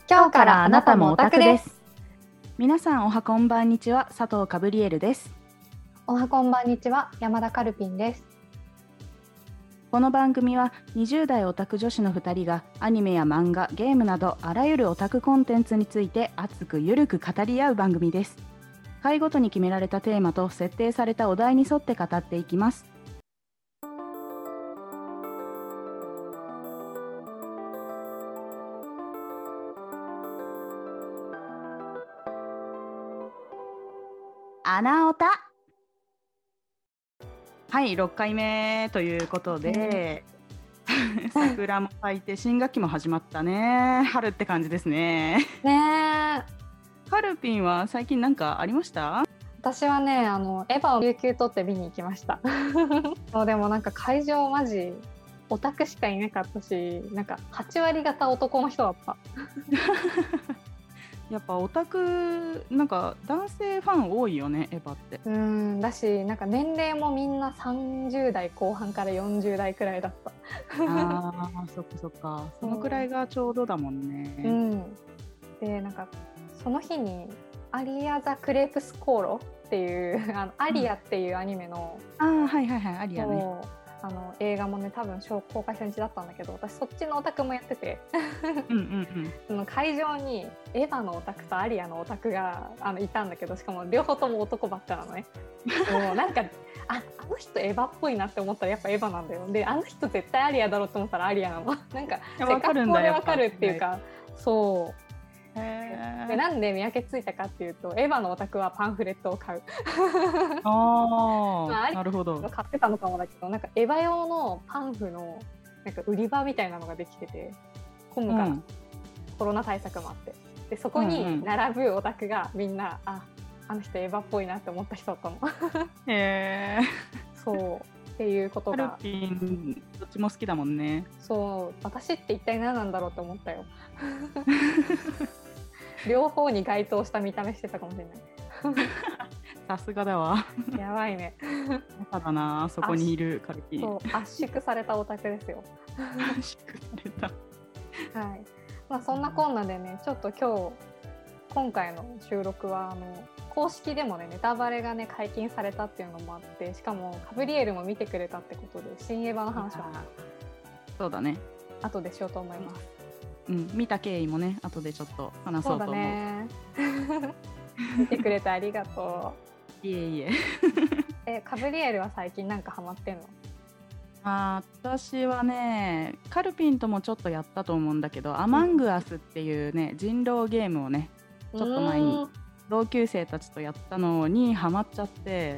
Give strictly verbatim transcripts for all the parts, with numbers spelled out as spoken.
今日からあなたもオタクです。 皆さんおはこんばんにちは、佐藤かぶりえるです。 おはこんばんにちは、山田カルピンです。 この番組はにじゅう代オタク女子のふたりがアニメや漫画、ゲームなどあらゆるオタクコンテンツについて熱くゆるく語り合う番組です。回ごとに決められたテーマと設定されたお題に沿って語っていきます。アナオタ。はい、ろっかいめということで、桜も咲いて新学期も始まったね。春って感じですね。 ねえ。 カルピンは最近何かありました？ 私はね、あのエヴァを有給取って見に行きました。そうでもなんか会場マジオタクしかいなかったし、なんかはちわり方男の人だった。 やっぱオタクなんか男性ファン多いよね、エヴァって。 うんだし、なんか年齢もみんなさんじゅう代後半からよんじゅう代くらいだった。 ああ、そっかそっか。そのくらいがちょうどだもんね。 うん、でなんかその日にアリア・ザ・クレープスコーロっていうあのアリアっていうアニメの、 うん、ああはいはいはい、アリアね。 あの映画もね多分公開初日だったんだけど、私そっちのオタクもやっててうんうん、うん、その会場にエヴァのオタクとアリアのオタクがあのいたんだけど、しかも両方とも男ばっかなのね。もうなんかああの人エヴァっぽいなって思ったらやっぱエヴァなんだよ。であの人絶対アリアだろうと思ったらアリアなの。なんか性格好でわかるっていうか、そう。でなんで見分けついたかっていうと、エヴァのオタクはパンフレットを買う。 あ、まあ、なるほど。 買ってたのかもだけど、なんかエヴァ用のパンフのなんか売り場みたいなのができてて、混むから、うん、コロナ対策もあって、でそこに並ぶオタクがみんな、うんうん、ああの人エヴァっぽいなって思った人だったの。へーそうっていうことが。 カルピンどっちも好きだもんね。 そう、私って一体何なんだろうって思ったよ。両方に該当した見た目してたかもしれない。 さすがだわ。 やばいね。 ただな、そこにいるカルピン。 そう、圧縮されたオタクですよ。 圧縮された。 はい。まあそんなこんなでね、ちょっと今日今回の収録はあの公式でもねネタバレがね解禁されたっていうのもあって、しかもカブリエルも見てくれたってことで新エヴァの話をそうだね後でしようと思います。 うん、見た経緯もね後でちょっと話そうと思う。そうだね。 見てくれてありがとう。いえいえ。 え、カブリエルは最近なんかハマってんの？ あ、私はねカルピンともちょっとやったと思うんだけど、アマングアスっていうね人狼ゲームをねちょっと前に同級生たちとやったのにハマっちゃって。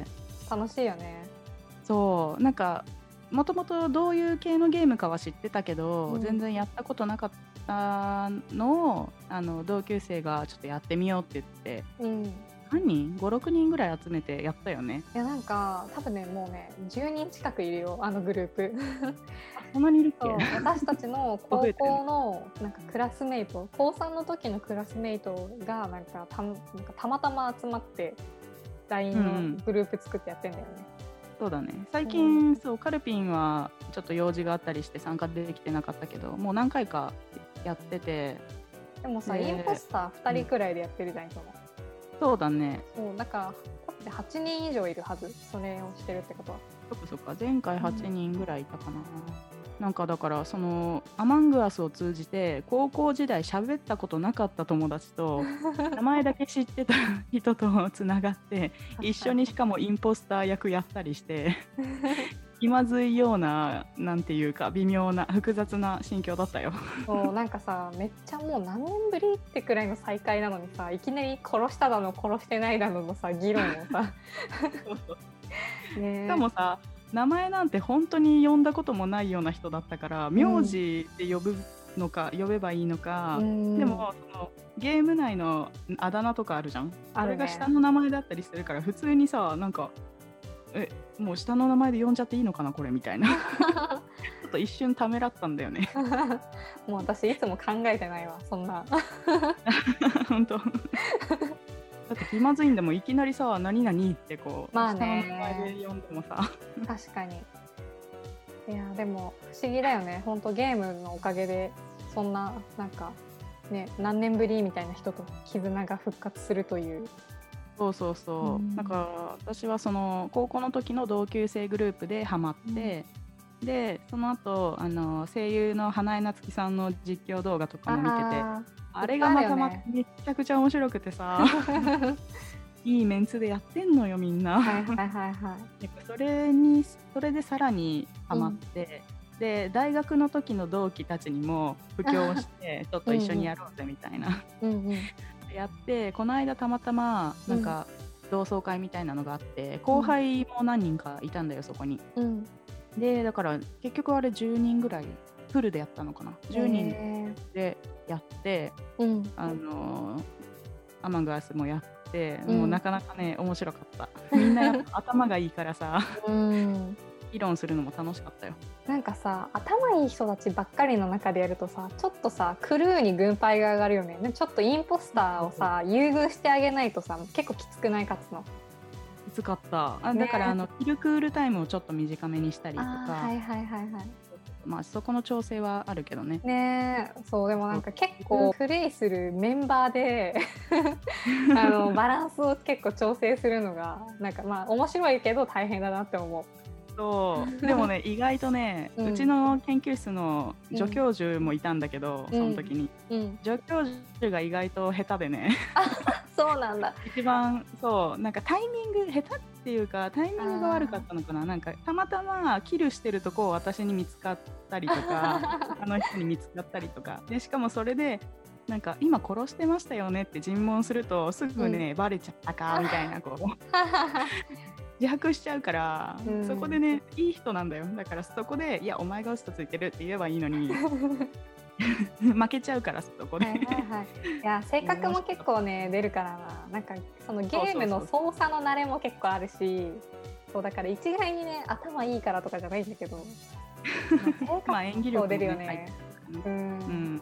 楽しいよね。 そう、なんかもともとどういう系のゲームかは知ってたけど、うん、全然やったことなかったのをあの同級生がちょっとやってみようって言って、うん、何人 ?ご、ろくにんぐらい集めてやったよね。 いやなんか多分ねもうねじゅうにん近くいるよ、あのグループ。 そんなにいるっけ？ 私たちの高校のなんかクラスメイト高さんの時のクラスメイトがなんか た, なんかたまたま集まって ライン のグループ作ってやってんだよね。うんそうだね。最近、うん、そうカルピンはちょっと用事があったりして参加できてなかったけど、もう何回かやってて。 でもさ、インポスターふたりくらいでやってるじゃん、いつも。 そうだね。 そうだから多分はちにん以上いるはず、それをしてるってことは。 そっかそっか、前回はちにんぐらいいたかな。うん、なんかだからそのアマングアスを通じて高校時代喋ったことなかった友達と名前だけ知ってた人とつながって一緒にしかもインポスター役やったりして気まずいようななんていうか微妙な複雑な心境だったよ。 そうなんかさめっちゃもう何年ぶりってくらいの再会なのにさ、いきなり殺しただの殺してないだののさ議論をさね、しかもさ名前なんて本当に呼んだこともないような人だったから、名字で呼ぶのか、うん、呼べばいいのか、うん、でもそのゲーム内のあだ名とかあるじゃん、あれが下の名前だったりするから、普通にさなんかえもう下の名前で呼んじゃっていいのかなこれみたいなちょっと一瞬ためらったんだよね。 もう私いつも考えてないわそんな。 本当だって気まずいんでもいきなりさ何々ってこう、まあね、下の名前で呼んでもさ確かに。いやでも不思議だよね、本当ゲームのおかげでそんななんかね、何年ぶりみたいな人と絆が復活するという。 そうそうそう、うん、だから私はその高校の時の同級生グループでハマって、うん、でその後あの声優の花江夏樹さんの実況動画とかも見てて、あ, あれがまたまためちゃくちゃ面白くてさいいメンツでやってんのよみんな。はいはいはいはい、それにそれでさらにハマって、うん、で大学の時の同期たちにも布教してちょっと一緒にやろうぜみたいなうん、うんうんやってこの間たまたまなんか同窓会みたいなのがあって、うん、後輩も何人かいたんだよそこに、うん、でだから結局あれじゅうにんぐらいフルでやったのかなじゅうにんでやって、うん、あのー、アマングアスもやって、うん、もうなかなかね面白かったみんなやっぱ頭がいいからさ、うん議論するのも楽しかったよ。 なんかさ頭いい人たちばっかりの中でやるとさちょっとさクルーに軍配が上がるよね。ちょっとインポスターをさ優遇してあげないとさ結構きつくない勝つの。 きつかったあ、ね、だからあのキルクールタイムをちょっと短めにしたりとかはいはいはいはいまあそこの調整はあるけどね。 ねそうでもなんか結構プレイするメンバーであのバランスを結構調整するのがなんかまあ面白いけど大変だなって思う。 そうでもね意外とね、うん、うちの研究室の助教授もいたんだけど、うん、その時に、うん、助教授が意外と下手でねそうなんだ一番そうなんかタイミング下手っていうかタイミングが悪かったのかななんかたまたまキルしてるとこを私に見つかったりとかあの人に見つかったりとかでしかもそれでなんか今殺してましたよねって尋問するとすぐね、うん、バレちゃったかみたいなこう自白しちゃうから、うん、そこでねいい人なんだよだからそこでいやお前が嘘ついてるって言えばいいのに負けちゃうからそこで、はいはいはい、 いや性格も結構ね出るからななんかそのゲームの操作の慣れも結構あるしそうだから一概にね頭いいからとかじゃないんだけどまあ演技力も出るよね、うん、うん、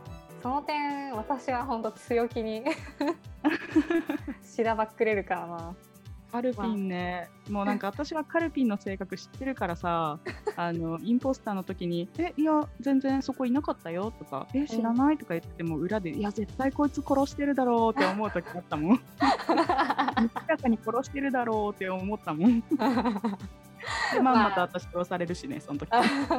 その点私は本当強気にしらばっくれるからな。 カルピンね、まあ、もうなんか私はカルピンの性格知ってるからさあのインポスターの時に「えいや全然そこいなかったよ」とか「え知らない?」とか言っても裏で「いや絶対こいつ殺してるだろう」って思う時あったもん明らかに殺してるだろうって思ったもんでまあまた私殺されるしねその時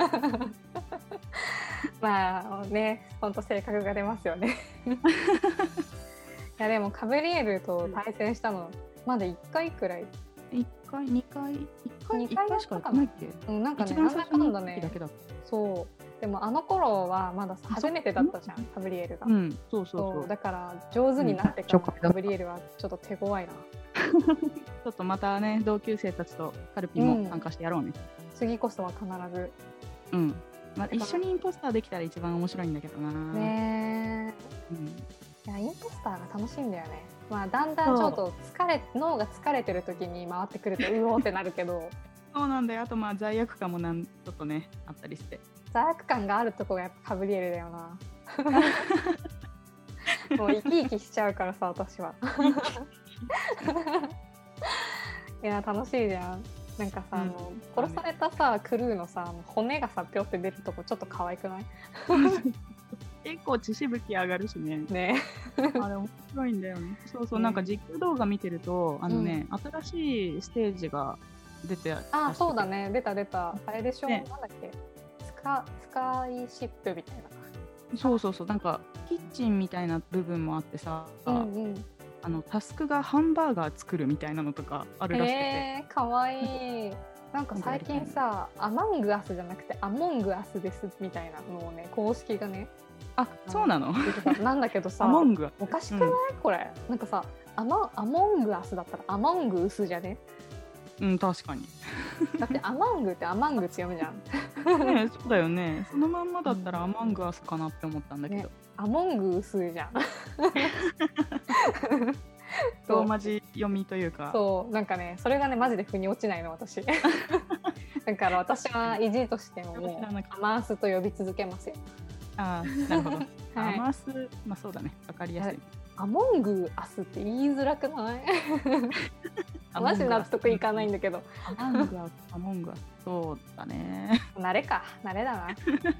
まあねほんと性格が出ますよねいやでもカブリエルと対戦したのまだいっかいくらいいっかいにかいいっかいにかいしかないっけ、うん、なんかねなんだかんだねそうでもあの頃はまだ初めてだったじゃんカブリエルが、うん、そうそうそうそうだから上手になってから、うん、カブリエルはちょっと手強いなちょっとまたね同級生たちとカルピも参加してやろうね、うん、 次こそは必ずうんまあ、一緒にインポスターできたら一番面白いんだけどなねえ、うん、いやインポスターが楽しいんだよね。まあだんだんちょっと疲れ脳が疲れてる時に回ってくるとうおーってなるけどそうなんだよ。あとまあ罪悪感もなんちょっとねあったりして罪悪感があるとこがやっぱカブリエルだよなもう生き生きしちゃうからさ私はいや楽しいじゃん。なんかさ、うん、あの殺されたさクルーのさ骨がさぴょって出るとこちょっと可愛くない結構血しぶき上がるしね。ねあれ面白いんだよね。そうそう、ね、なんか実況動画見てるとあのね、うん、新しいステージが出てあそうだね出た出たあれでしょ、ね、なんだっけスカスカイシップみたいな。 そうそうそうなんかキッチンみたいな部分もあってさ、うんうん、あのタスクがハンバーガー作るみたいなのとかあるらしくて、 えー、かわいいなんか最近さアマングアスじゃなくてアモングアスですみたいなのをね公式がねあそうなのなんだけどさアモングおかしくない、うん、これなんかさアマアモングアスだったらアマングウスじゃねうん確かにだってアマングってアマングって読むじゃんねそうだよねそのまんまだったらアマングアスかなって思ったんだけど、ね、 アモングウスじゃんローマ字読みというかそうなんかねそれがねマジで腑に落ちないの私だから私は意地としてももうアマースと呼び続けますよ。 ああなるほど、はい、アマースまあそうだねわかりやすい。 アモングアスって言いづらくないマジ納得いかないんだけどアモングアスアモングアスそうだね慣れか慣れだな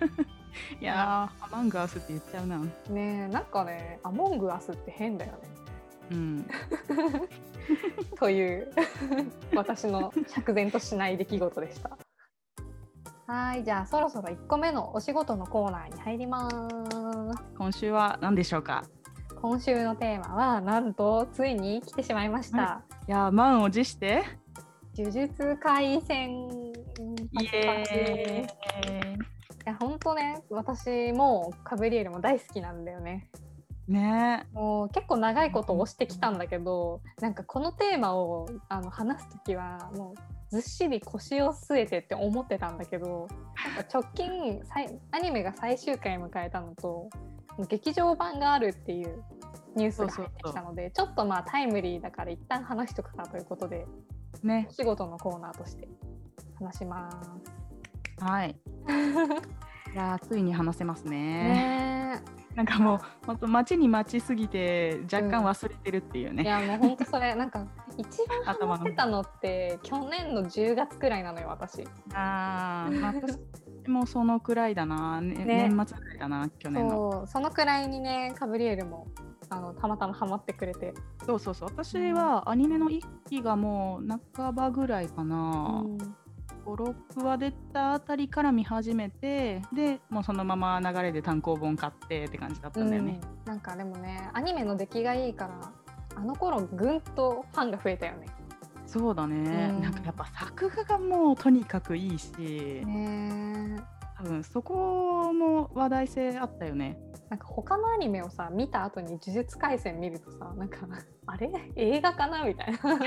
いやー、アマングアスって言っちゃうな。 ねえ、なんかね、アモングアスって変だよね。 うん。 という私の釈然としない出来事でした。はい、じゃあそろそろいっこめのお仕事のコーナーに入ります。 今週は何でしょうか？ 今週のテーマはなんとついに来てしまいました。 はい、いや満を持して呪術廻戦。 イエーイ。いや本当ね、私もカブリエルも大好きなんだよね。 ね、 もう結構長いこと押してきたんだけど、なんかこのテーマをあの話すときはもうずっしり腰を据えてって思ってたんだけど、なんか直近アニメが最終回迎えたのと劇場版があるっていうニュースが入ってきたので、そうそうそう、ちょっとまあタイムリーだから一旦話しとくかということで、ね、お仕事のコーナーとして話します。 はいいやついに話せますね。 ね、 なんかもう本当待ちに待ちすぎて若干忘れてるっていうね、 うん、いやもう本当それなんか一番話してたのって去年のじゅうがつくらいなのよ私。 あー、まあ、私もそのくらいだな、ねね、年末くらいだな去年の。 そう、そのくらいにねカブリエルもあのたまたまハマってくれて。 そうそうそう、私はアニメのいっきがもう半ばぐらいかな、うん、ご、ろくわ出たあたりから見始めて、でもうそのまま流れで単行本買ってって感じだったんだよね、 うん、なんかでもねアニメの出来がいいからあの頃ぐんとファンが増えたよね。 そうだね、うん、なんかやっぱ作画がもうとにかくいいし、 ね、 多分そこも話題性あったよね。 なんか他のアニメをさ見た後に呪術廻戦見るとさ、なんかあれ映画かなみたいな本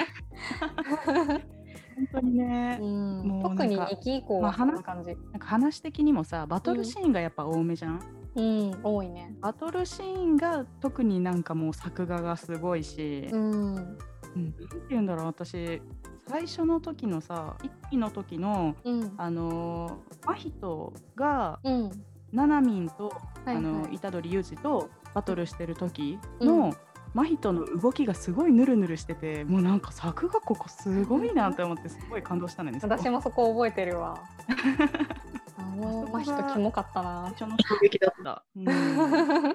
当にね、 うん、もう特ににき以降はそんな感じ、 まあ、なんか話的にもさバトルシーンがやっぱ多めじゃん。 うん、うん、多いね。 バトルシーンが特になんかもう作画がすごいし、うん、うん、なんて言うんだろう、私最初の時のさいっきの時の、うん、あの真人が、うん、ななみんと、はいはい、あの虎杖裕二とバトルしてる時の、うん、真人の動きがすごいヌルヌルしてて、もうなんか作画ここすごいなって思ってすごい感動したんです。 私もそこ覚えてるわあの真人キモかったな。 最初の衝撃だった、うん、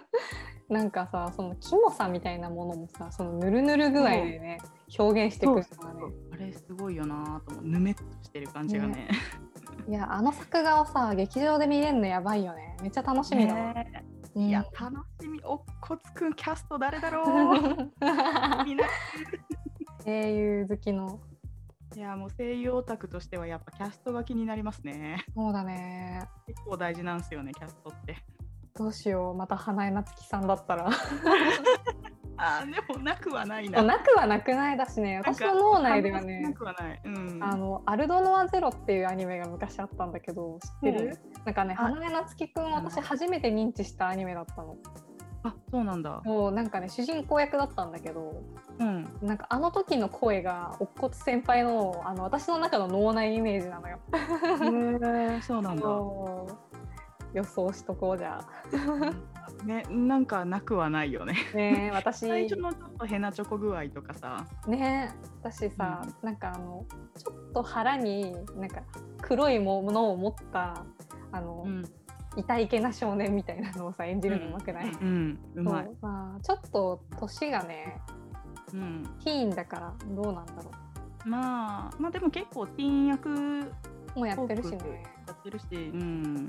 なんかさそのキモさみたいなものもさそのヌルヌル具合でね表現してくるからね。 あれすごいよなと思う、ぬめっとしてる感じがね、ねいやあの作画をさ劇場で見れるのやばいよね。めっちゃ楽しみだわ、ね、 うん、いや楽しみ。おっこつくんキャスト誰だろうみんな声優好きの。 いやもう声優オタクとしてはやっぱキャストが気になりますね。 そうだね、 結構大事なんですよねキャストって。 どうしようまた花江夏樹さんだったらあでもなくはないな。 なくはなくないだしね、私の脳内ではねなくはない、うん、 あのアルドノアゼロっていうアニメが昔あったんだけど知ってる？うん、なんかね花江夏樹くん私初めて認知したアニメだったの。 あ、そうなんだ。 もうなんかね主人公役だったんだけど、うん、なんかあの時の声が乙骨先輩 の, あの私の中の脳内イメージなのよ。 へえ、そうなんだ。 予想しとこうじゃあね、なんかなくはないよね。 ね私最初のちょっとヘナチョコ具合とかさね、私さ、うん、なんかあのちょっと腹になんか黒いものを持ったあの、うん、いたいけな少年みたいなのをさ演じるのうまくない？うん、うんうん、うまい。まあ、ちょっと年がね、うん、ティーンだからどうなんだろう。まあまあでも結構ティーン役もうやってるしね。 やってるし、うん、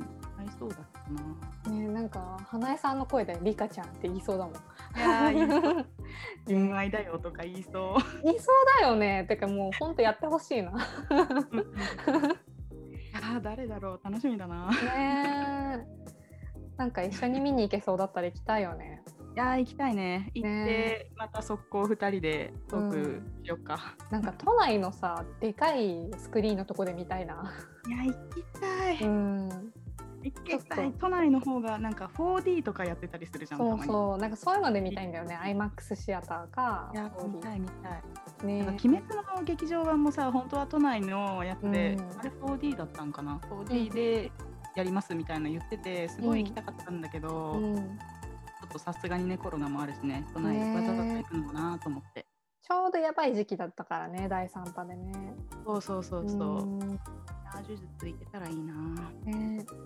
合いそうだったな。 ね、なんか花江さんの声でリカちゃんって言いそうだもん。いや言いそう。純愛だよとか言いそう。 言いそうだよね。てかもう本当やってほしいな。 あ誰だろう楽しみだな。 ね、なんか一緒に見に行けそうだったら行きたいよね。 いや行きたいね。行って、ね、また速攻ふたりでトークしよっか、 うん、なんか都内のさでかいスクリーンのとこで見たいな。 いや行きたい、うん、行きたい。都内の方がなんか フォーディー とかやってたりするじゃん。 そうそう、なんかそういうので見たいんだよね。 アイマックス シアターか。 いや見たい見たい、ね、なんか鬼滅の劇場版もさ本当は都内のやつで、うん、あれ フォーディー だったんかな。 フォーディー でやりますみたいな言っててすごい行きたかったんだけど、うんうん、ちょっとさすがにねコロナもあるしね都内わざわざ行くのもなと思って、 ちょうどやばい時期だったからねだいさん波でね。 そうそうそうそう。あ呪術行けたらいいな、ね、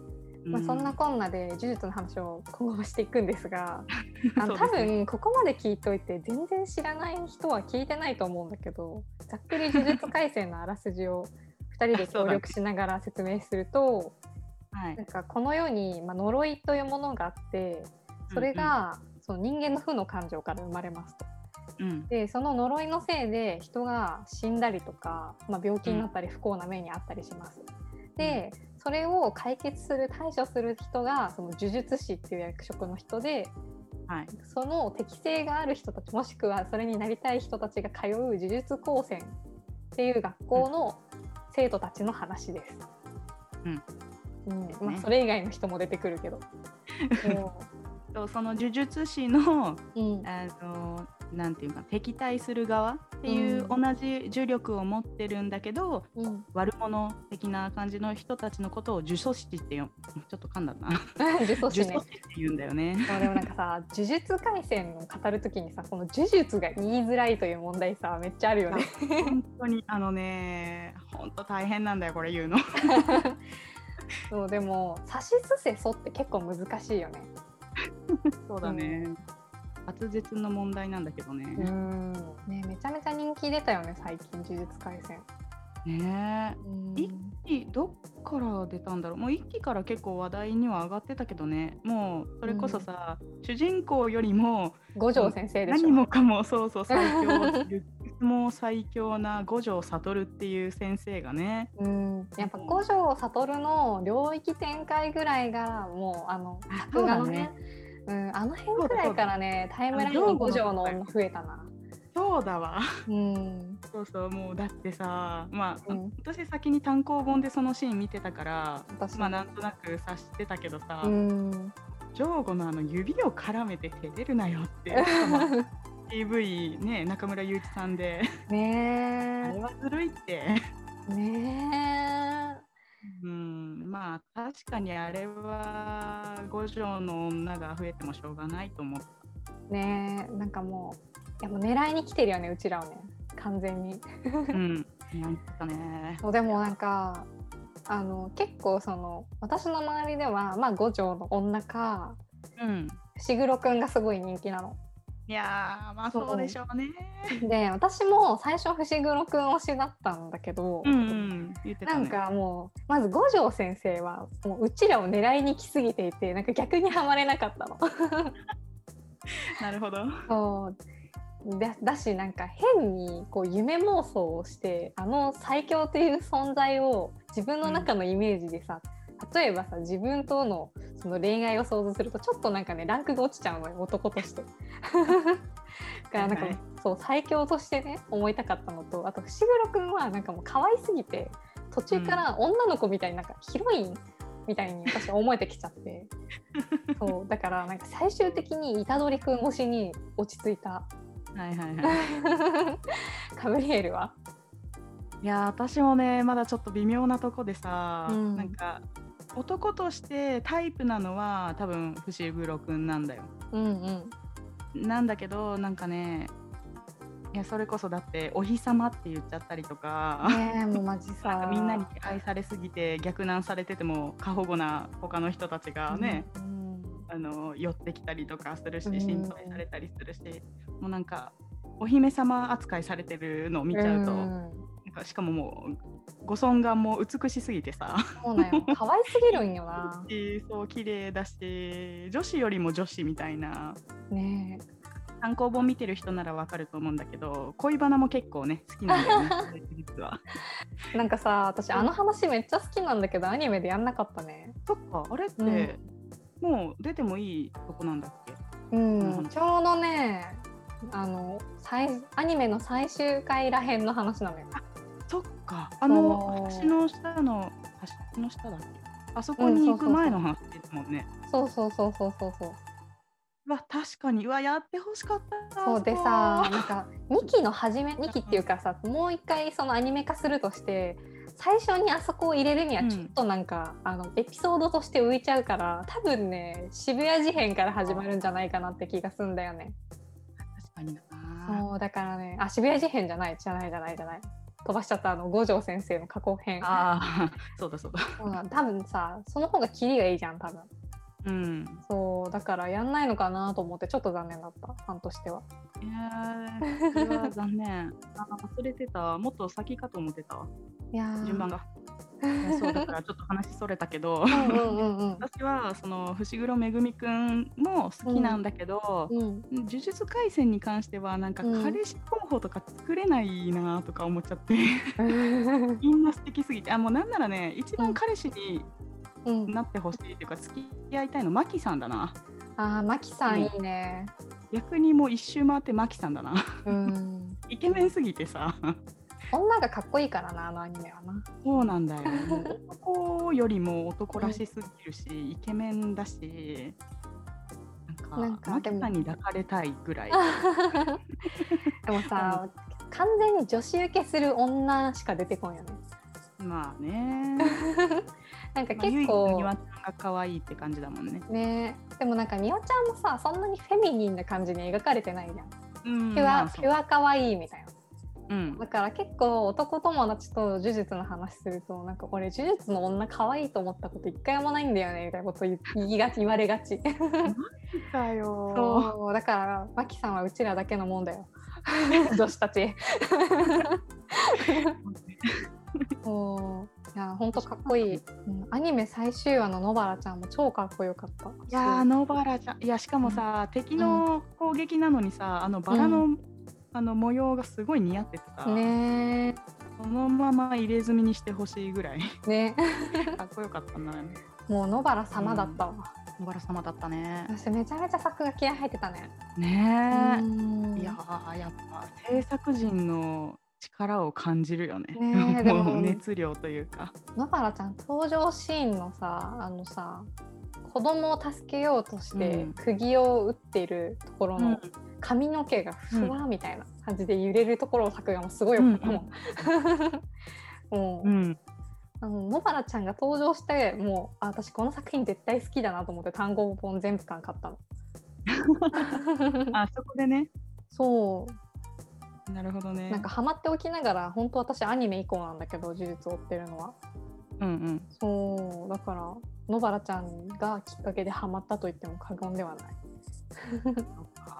まあ、そんなこんなで呪術の話を今後もしていくんですがあの多分ここまで聞いといて全然知らない人は聞いてないと思うんだけど、ざっくり呪術廻戦のあらすじをふたりで協力しながら説明すると、はい、なんかこの世に、まあ、呪いというものがあって、それが、うんうん、その人間の負の感情から生まれますと。うん、でその呪いのせいで人が死んだりとか、まあ、病気になったり不幸な目にあったりします。うん、でそれを解決する対処する人がその呪術師っていう役職の人で、はい、その適性がある人たちもしくはそれになりたい人たちが通う呪術高専っていう学校の生徒たちの話です。うんうんまあ、それ以外の人も出てくるけどそうその呪術師の、うん、あのなんていうか敵対する側っていう同じ呪力を持ってるんだけど、うん、悪者的な感じの人たちのことを呪詛師ってよちょっと噛んだな呪詛師ね。 呪詛師って言うんだよね。 そうでもなんかさ呪術廻戦を語るときにさこの呪術が言いづらいという問題さめっちゃあるよね。 本当にあのね本当大変なんだよこれ言うの。 そうでもさしすせそって結構難しいよね。 そうだね、うん、滑舌の問題なんだけどね。 うんねめちゃめちゃ人気出たよね最近呪術廻戦。 ねえ一期どっから出たんだろう。もう一期から結構話題には上がってたけどね。もうそれこそさ、うん、主人公よりも五条先生でしょ。 何もかもそうそう最強もう最強な五条悟っていう先生がね、 うん、やっぱ五条悟の領域展開ぐらいがもうあの作画のね、うん、あの辺くらいからねタイムラインに五条の女増えたな。 そうだわ、うん、そうそうもうだってさまあ、うん、私先に単行本でそのシーン見てたからまあなんとなく察してたけどさ、うん、ジョーゴのあの指を絡めて照れるなよってピーブイ ね中村祐一さんでねあれはずるいってねえうんまあ確かにあれは五条の女が増えてもしょうがないと思ったねえなんかもういやもう狙いに来てるよねうちらをね完全にうんなんかねそうでもなんかあの結構その私の周りではまあ五条の女か、うん、伏黒くんがすごい人気なの。 いやまあそうでしょうね。 で私も最初伏黒くん推しだったんだけど、うんうん言ってたね、なんかもうまず五条先生はもううちらを狙いに来すぎていてなんか逆にはまれなかったの。 なるほど。 そうだ, だしなんか変にこう夢妄想をしてあの最強という存在を自分の中のイメージでさ、うん、例えばさ自分とのその恋愛を想像するとちょっとなんかねランクが落ちちゃうのよ男として。だからなんか、はいはい、そう最強としてね思いたかったのとあと伏黒くんはなんかもう可愛すぎて途中から女の子みたいになんかヒロインみたいに私は思えてきちゃってそうだからなんか最終的に虎杖くん推しに落ち着いた。はいはいはい。カブリエルはいや私もねまだちょっと微妙なとこでさ、うん、なんか男としてタイプなのは多分伏黒くんなんだよ、うんうん、なんだけどなんかねいやそれこそだってお日様って言っちゃったりとか、 ね、もうマジさみんなに愛されすぎて逆難されてても過保護な他の人たちがね、うんうんあの寄ってきたりとかするし心配されたりするし、うん、もうなんかお姫様扱いされてるのを見ちゃうと、うん、なんかしかももうご尊顔も美しすぎてさそうなんよ可愛すぎるんよなそう綺麗だし女子よりも女子みたいなね単行本見てる人ならわかると思うんだけど恋バナも結構ね好きなんだよね実はなんかさ私あの話めっちゃ好きなんだけどアニメでやんなかったね。 そっかあれって、うんもう出てもいいとこなんだっけ？ うん、ちょうどねあの最アニメの最終回らへんの話なのよ。 あそっかあの橋の下の橋の下だっけあそこに行く前の話ですもんね。 そうそうそうそうそうそううわ確かにうわやってほしかった。 そうでさなんかにきの初めにきっていうかさもう一回そのアニメ化するとして最初にあそこを入れるにはちょっとなんか、うん、あのエピソードとして浮いちゃうから多分ね渋谷事変から始まるんじゃないかなって気がするんだよね。 確かにな。 そうだからねあ渋谷事変じゃないじゃないじゃないじゃない飛ばしちゃったあの五条先生の過去編。 ああそうだそうだ、 うん、多分さその方がキリがいいじゃん多分。 うん、 そうだからやんないのかなと思ってちょっと残念だったファンとしては。 いやそれは残念あ忘れてた、もっと先かと思ってたわ、 いや順番がいやそうだからちょっと話それたけどうんうんうん、うん、 私はその伏黒めぐみくんも好きなんだけど、うんうん、呪術廻戦に関してはなんか彼氏候補とか作れないなとか思っちゃって、うん、みんな素敵すぎて、あもうなんならね一番彼氏になってほしいっていうか、付き合いたいのマキさんだな。 あーマキさんいいね。 逆にもう一周回ってマキさんだな、 うん、 イケメンすぎてさ女がかっこいいからなあのアニメはな。 そうなんだよもう男よりも男らしすぎるし、うん、イケメンだしなんかマキさんに抱かれたいぐらいでもさ完全に女子受けする女しか出てこんよね。 まあねなんか結構、まあ、 みわちゃんが可愛いって感じだもんね。 ねでもなんかみわちゃんもさそんなにフェミニンな感じに描かれてないじゃん。うん、ピュア、まあ、ピュア可愛いみたいな。うん、だから結構男友達と呪術の話するとなんか俺呪術の女可愛いと思ったこと一回もないんだよねみたいなこと言いがち言われがちだよそうだからマキさんはうちらだけのもんだよ女子たちそういやほんとかっこいい、うん、アニメ最終話の野原ちゃんも超かっこよかった。 いや野原ちゃんいやしかもさ、うん、敵の攻撃なのにさあのバラの、うんあの模様がすごい似合ってたね。そのまま入れ墨にしてほしいぐらいねかっこよかったな。 もう野原様だったわ、 うん、野原様だったね。 私めちゃめちゃ作画気合入ってたね。 ねえいややっぱ制作陣の力を感じるよね。ねでも熱量というか野原ちゃん登場シーンのさあのさ子供を助けようとして釘を打っているところの髪の毛がふわみたいな感じで揺れるところを作画もすごいよかったもん。もう、うん、あの野原ちゃんが登場してもうあ私この作品絶対好きだなと思って単語本全部巻買ったの。 あそこでね。 そうなるほどね。 なんかハマっておきながら本当私アニメ以降なんだけど呪術を追ってるのは。うんうん、そうだから野原ちゃんがきっかけでハマったと言っても過言ではない。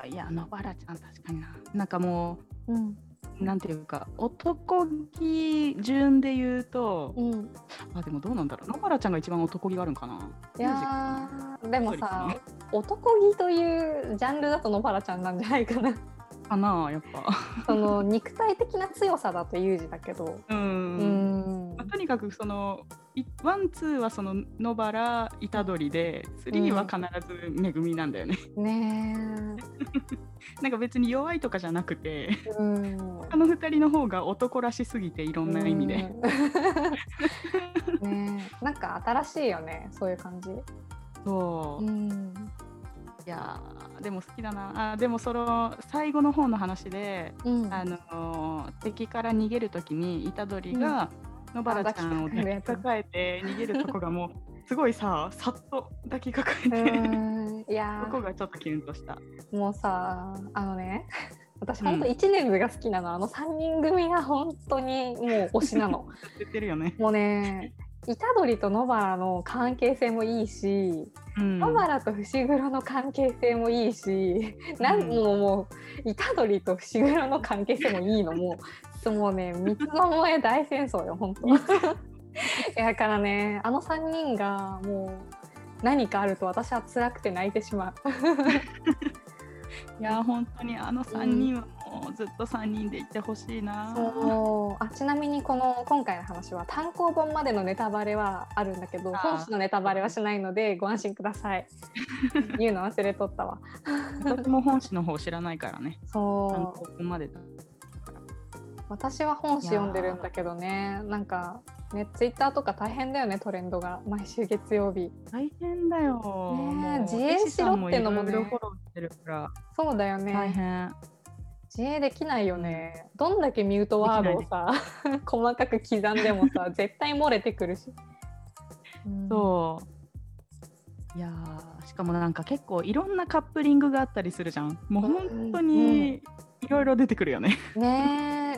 いや野原ちゃん確かにななんかもう、うん、なんていうか男気順で言うと、うん、あでもどうなんだろう野原ちゃんが一番男気があるんかな。 いやでもさ男気というジャンルだと野原ちゃんなんじゃないかな。 かなやっぱその肉体的な強さだとユージだけどうんうんまあ、とにかくそのワンツーはその野原虎杖でスリーは必ずめぐみなんだよね、うん、ねなんか別に弱いとかじゃなくて、うん、他のふたりの方が男らしすぎていろんな意味で、 うん、ねなんか新しいよねそういう感じ。 そう、うんいやでも好きだなあ。でもその最後の方の話で、うん、あの敵から逃げるときに虎杖が野原ちゃんを抱きかかえて逃げるとこがもうすごいささっと抱きかかえていやそこがちょっとキュンとした。 もうさあのね私本当いちねん部が好きなの、うん、あのさんにん組が本当にもう推しなの言ってるよね。 もうね虎杖と野原の関係性もいいし、うん、野原と伏黒の関係性もいいし、うん、なんももう虎杖と伏黒の関係性もいいのもうもうね三つの萌え大戦争よ本当だからねあのさんにんがもう何かあると私は辛くて泣いてしまういや本当にあのさんにんはもうずっとさんにんでいてほしいな、 うん、そうあちなみにこの今回の話は単行本までのネタバレはあるんだけど本誌のネタバレはしないのでご安心ください言うの忘れとったわ私も本誌の方知らないからね。そう単行本までだ私は本誌読んでるんだけどねなんかね、ツイッターとか大変だよねトレンドが毎週月曜日大変だよ、 ね、自営しろってのもねフォローしてるからそうだよね大変自営できないよね、うん、どんだけミュートワードをさ細かく刻んでもさ絶対漏れてくるし、 うん、そういやしかもなんか結構いろんなカップリングがあったりするじゃんもう本当にいろいろ出てくるよね、 うん、ね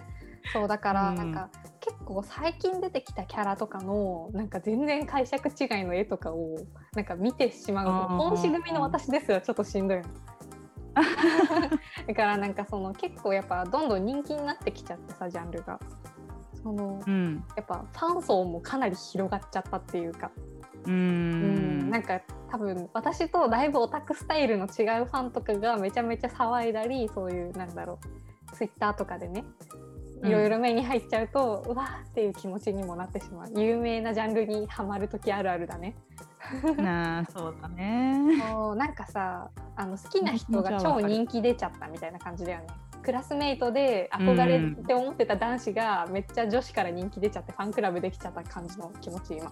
そうだからなんか、うん、結構最近出てきたキャラとかのなんか全然解釈違いの絵とかをなんか見てしまうと本誌組の私ですよちょっとしんどいのだからなんかその結構やっぱどんどん人気になってきちゃってさジャンルがその、うん、やっぱファン層もかなり広がっちゃったっていうかうーん、うん、なんか多分私とだいぶオタクスタイルの違うファンとかがめちゃめちゃ騒いだりそういうなんだろうツイッターとかでねいろいろ目に入っちゃうと、うん、うわーっていう気持ちにもなってしまう有名なジャンルにハマる時あるあるだねなあそうだねそうなんかさあの好きな人が超人気出ちゃったみたいな感じだよねクラスメイトで憧れって思ってた男子がめっちゃ女子から人気出ちゃってファンクラブできちゃった感じの気持ち今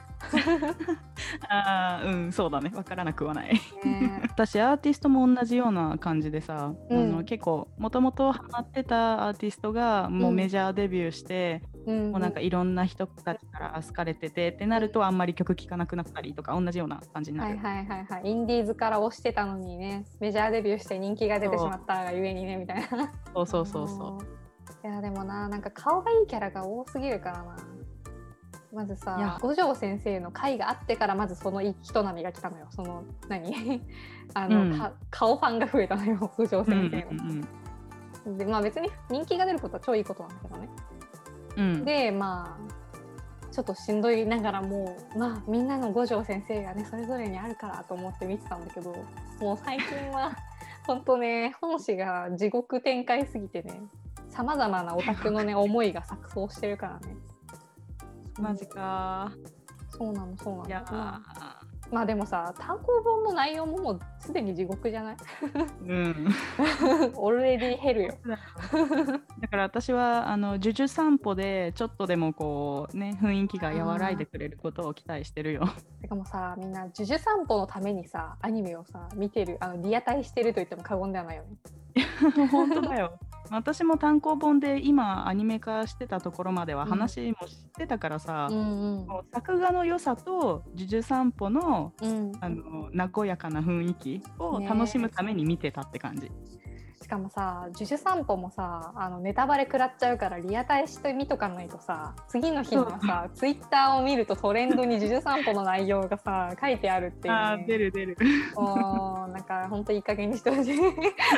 あうんそうだね分からなくはない、ね、私アーティストも同じような感じでさ、うん、あの結構もともとハマってたアーティストがもうメジャーデビューして、うん、もうなんかいろんな人たちから好かれててってなるとあんまり曲聴かなくなったりとか同じような感じになる、 はいはいはいはいインディーズから推してたのにねメジャーデビューして人気が出てしまったがゆえにねみたいなそうそうそうそういやでもななんか顔がいいキャラが多すぎるからなまずさ五条先生の回があってからまずその人波が来たのよその何あの、うん、顔ファンが増えたのよ五条先生の、うんうんうん、でまあ別に人気が出ることは超いいことなんだけどね、うん、でまあちょっとしんどいながらもまあみんなの五条先生がねそれぞれにあるからと思って見てたんだけどもう最近はほんとね本誌が地獄展開すぎてねさまざまなオタクのね思いが錯綜してるからねマジかそうなのそうなのいやまあでもさ単行本の内容ももうすでに地獄じゃないうんオルレディヘルよだから私はあの呪術散歩でちょっとでもこうね雰囲気が和らいでくれることを期待してるよてかもさみんな呪術散歩のためにさアニメをさ見てるあのリアタイしてると言っても過言ではないよね本当だよ私も単行本で今アニメ化してたところまでは話も知ってたからさ、うんうん、もう作画の良さと呪術散歩の、うん、あの和やかな雰囲気を楽しむために見てたって感じ、ね、 しかもさ呪術散歩もさあのネタバレ食らっちゃうからリアタイして見とかないとさ次の日のさツイッターを見るとトレンドに呪術散歩の内容がさ書いてあるっていう、ね、 あ出る出るおなんかほんといい加減にしてほしい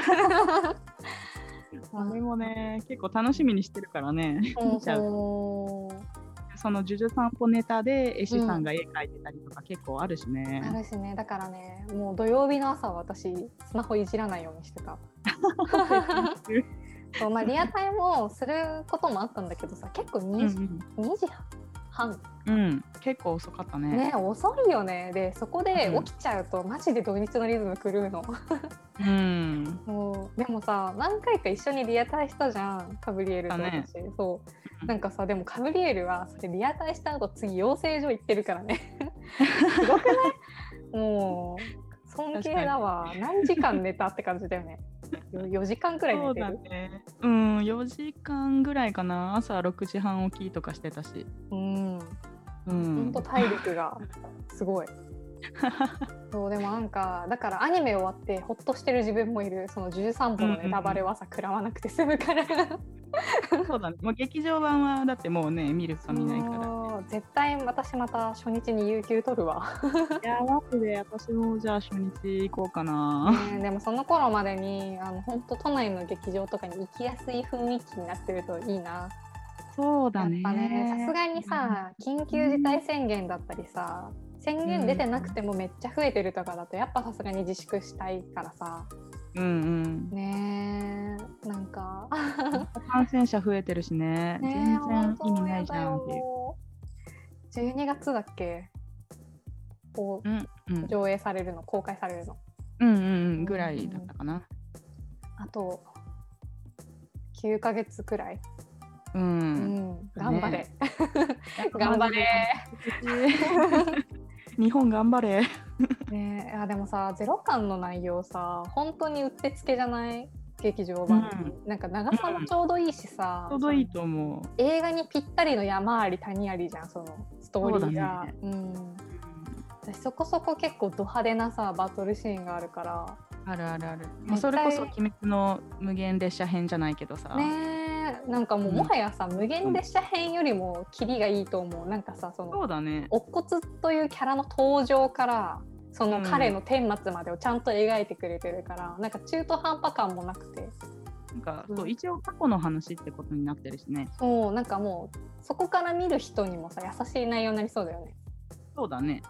あれもね結構楽しみにしてるからね見ちゃうその呪術散歩ネタで絵師さんが絵描いてたりとか結構あるしね、 うん、あるしねだからねもう土曜日の朝は私スマホいじらないようにしてたそう、まあ、リアタイもすることもあったんだけどさ結構 2, 時、うんうん、にじはんうん、結構遅かったね。 ね遅いよね。でそこで起きちゃうと、うん、マジで土日のリズム狂うの。うん。もうでもさ何回か一緒にリアタイしたじゃんカブリエルと私、ね、そうなんかさでもカブリエルはそれリアタイした後次養成所行ってるからね。すごくない？もう尊敬だわ。何時間寝たって感じだよね。よじかんくらい寝てる。 そうだね。うんよじかんぐらいかな。朝ろくじはん起きとかしてたし。うん。 うん、ほんと体力がすごいそうでもなんかだからアニメ終わってホッとしてる自分もいるその呪術散歩のネタバレはさ、うんうん、食らわなくて済むからそうだねもう劇場版はだってもうね見るか見ないから絶対私また初日に有給取るわいやマジで私もじゃあ初日行こうかな、 ね、でもその頃までにあの本当都内の劇場とかに行きやすい雰囲気になってるといいなそうだね。 やっぱね、さすがにさ、緊急事態宣言だったりさ、宣言出てなくてもめっちゃ増えてるとかだとやっぱさすがに自粛したいからさ。うんうん。ねえ、なんか感染者増えてるしね。ね全然意味ないじゃんっていう。 じゅうにがつだっけ？こう、うんうん、上映されるの、公開されるの。 うんうんうんぐらいだったかな。 あときゅうかげつくらい。うん、うん、頑張れ、ね、頑張れ日本頑張れねえ、あでもさゼロかんの内容さ本当にうってつけじゃない劇場版、うん、なんか長さもちょうどいいしさ、 うん、ちょうどいいと思う映画にぴったりの山あり谷ありじゃんそのストーリーが う、ねうん、私そこそこ結構ド派手なさバトルシーンがあるからあるあるある、まあ、それこそ「鬼滅の無限列車編」じゃないけどさねえ、なんかもうもはやさ、うん、無限列車編よりもキリがいいと思う。なんかさ、そのそうだね、 乙骨というキャラの登場からその彼の顛末までをちゃんと描いてくれてるから、うん、なんか中途半端感もなくて、 なんか、うん、そう一応過去の話ってことになってるしね。 そう、なんかもうそこから見る人にもさ優しい内容になりそうだよね。 そうだね。 うん。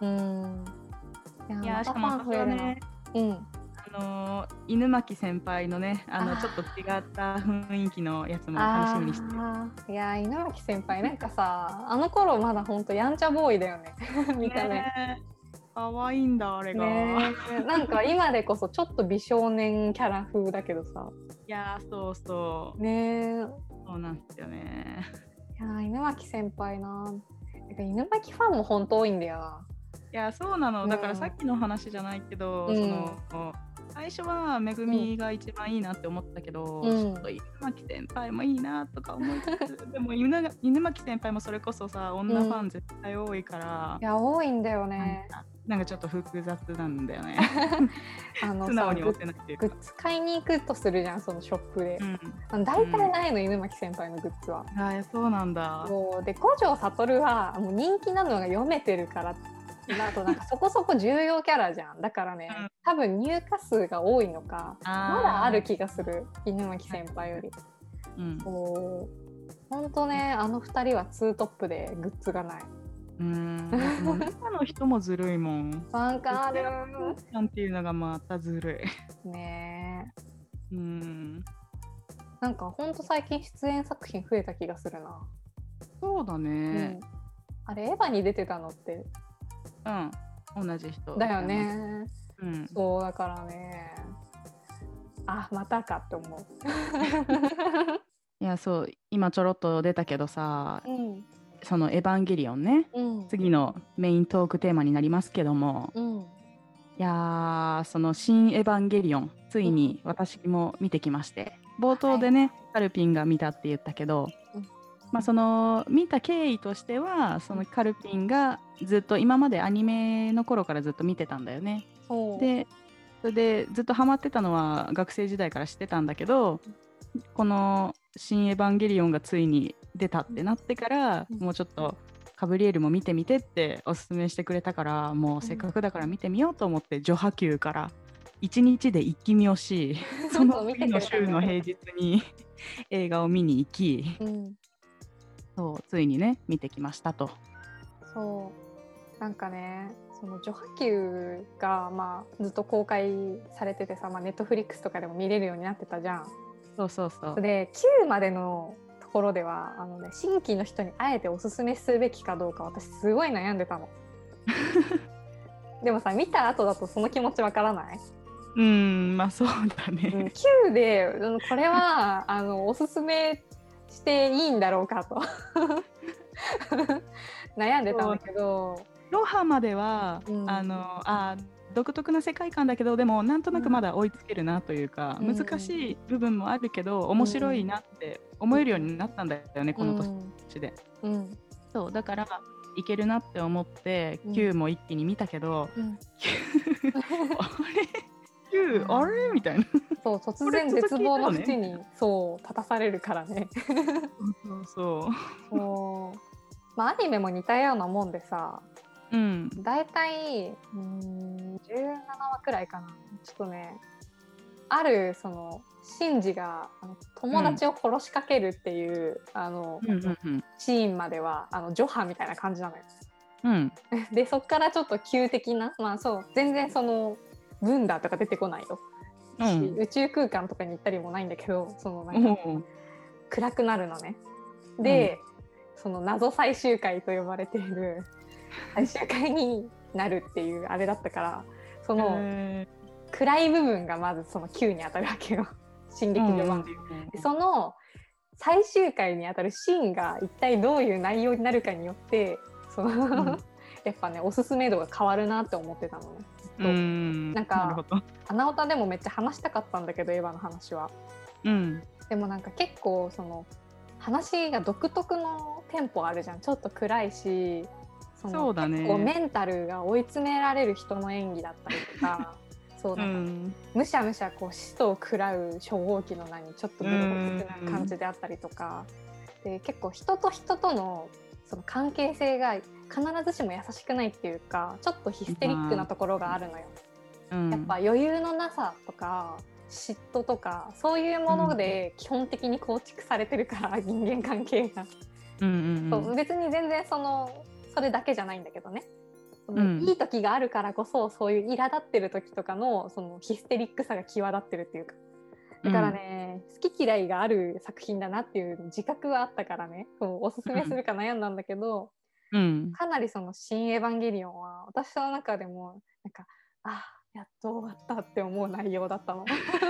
いや、 いやまたファン増えるな。ね、うん。 あのー、犬巻先輩のね、あのちょっと違った雰囲気のやつも楽しみにしてる。 いや、犬巻先輩なんかさ、あの頃まだほんとやんちゃボーイだよね見た目。 ね、かわいいんだあれが、 ね、なんか今でこそちょっと美少年キャラ風だけどさ。 いやそうそうね、 そうなんですよね。 いや、犬巻先輩な、犬巻ファンもほんと多いんだよな。 いやそうなの、だからさっきの話じゃないけど、うん、その最初はめぐみが一番いいなって思ったけど、うん、ちょっと犬巻先輩もいいなとか思いつつでも犬巻先輩もそれこそさ女ファン絶対多いから、 うん、いや多いんだよね。 なんか、なんかちょっと複雑なんだよねあの素直に追ってないっていうか、 グッズ買いに行くとするじゃん、そのショップで、うん、大体ないの、うん、犬巻先輩のグッズは。 あ、そうなんだ。 そうで、五条悟はもう人気なのが読めてるからあとなんかそこそこ重要キャラじゃん。だからね、うん、多分入荷数が多いのかまだある気がする、犬巻先輩より。うん、そうほんとね、あのふたりはツートップでグッズがない。 うーん、もう中の人もずるいもん。 わかる。 なんていうのがまたずるいねえ。うん、 なんかほんと最近出演作品増えた気がするな。 そうだね、うん、 あれエヴァに出てたのってうん、同じ人だよね、 うん、 そうだからね、あ、またかって思ういや、そう今ちょろっと出たけどさ、 うん、 そのエヴァンゲリオンね、うん、次のメイントークテーマになりますけども、うん、いやその新エヴァンゲリオンついに私も見てきまして、うん、冒頭でね、はい、カルピンが見たって言ったけど、うん、まあ、その見た経緯としては、そのカルピンがずっと今までアニメの頃からずっと見てたんだよね。でそれでずっとハマってたのは学生時代から知ってたんだけど、この「新エヴァンゲリオン」がついに出たってなってから、もうちょっとカブリエルも見てみてっておすすめしてくれたから、もうせっかくだから見てみようと思って序波球からいちにちで一気見をしその次の週の平日に映画を見に行き、うん、そうついにね見てきましたと。 そうなんかね、その序波球が、まあ、ずっと公開されててさ、まあ、ネットフリックスとかでも見れるようになってたじゃん。 そうそうそう。 できゅうまでのところではあの、ね、新規の人にあえておすすめするべきかどうか私すごい悩んでたのでもさ、見た後だとその気持ちわからない？ うん、まあそうだね、うん、 きゅうでこれはあのおすすめしていいんだろうかと悩んでたんだけど、 ロハまでは、うん、あのあ独特な世界観だけど、でもなんとなくまだ追いつけるなというか、うん、難しい部分もあるけど面白いなって思えるようになったんだよね、うん、この年で、うん、そうだからいけるなって思ってきゅうも一気に見たけど、うん、あれきゅうあれみたいな、 そう突然絶望の淵にそう立たされるからねそうそうそう、まあ、アニメも似たようなもんでさ、うん、だいたいうんじゅうななわくらいかな。ちょっとね、あるそのシンジがあの友達を殺しかけるっていう、うん、あの、うんうんうん、シーンまではあのジョハみたいな感じなのよ、うん、でそっからちょっと急的な、まあそう全然そのブンダーとか出てこないよ、うん、宇宙空間とかに行ったりもないんだけど、そのなんか、うん、暗くなるのね。で、うん、その謎最終回と呼ばれている最終回になるっていうあれだったから、その暗い部分がまずそのきゅうに当たるわけよ新劇場版、うん、でその最終回に当たるシーンが一体どういう内容になるかによってその、うん、やっぱねおすすめ度が変わるなって思ってたのね。うん、なんか穴オタでもめっちゃ話したかったんだけどエヴァの話は、うん、でもなんか結構その話が独特のテンポあるじゃん。ちょっと暗いし、そのそうだね、結構メンタルが追い詰められる人の演技だったりとかそうなんか、 うん、 むしゃむしゃこう使徒を食らう初号機の名にちょっとグロテスクな感じであったりとか、で結構人と人とのその関係性が必ずしも優しくないっていうか、ちょっとヒステリックなところがあるのよ、うん、やっぱ余裕のなさとか嫉妬とかそういうもので基本的に構築されてるから、人間関係が、うんうんうん、そう別に全然そのそれだけじゃないんだけどね、その、うん、いい時があるからこそそういう苛立ってる時とかのそのヒステリックさが際立ってるっていうか、だからね、うん、好き嫌いがある作品だなっていう自覚はあったからね、そうおすすめするか悩んだんだけど、うん、かなりその新エヴァンゲリオンは私の中でもなんか、あ、やっと終わったって思う内容だったの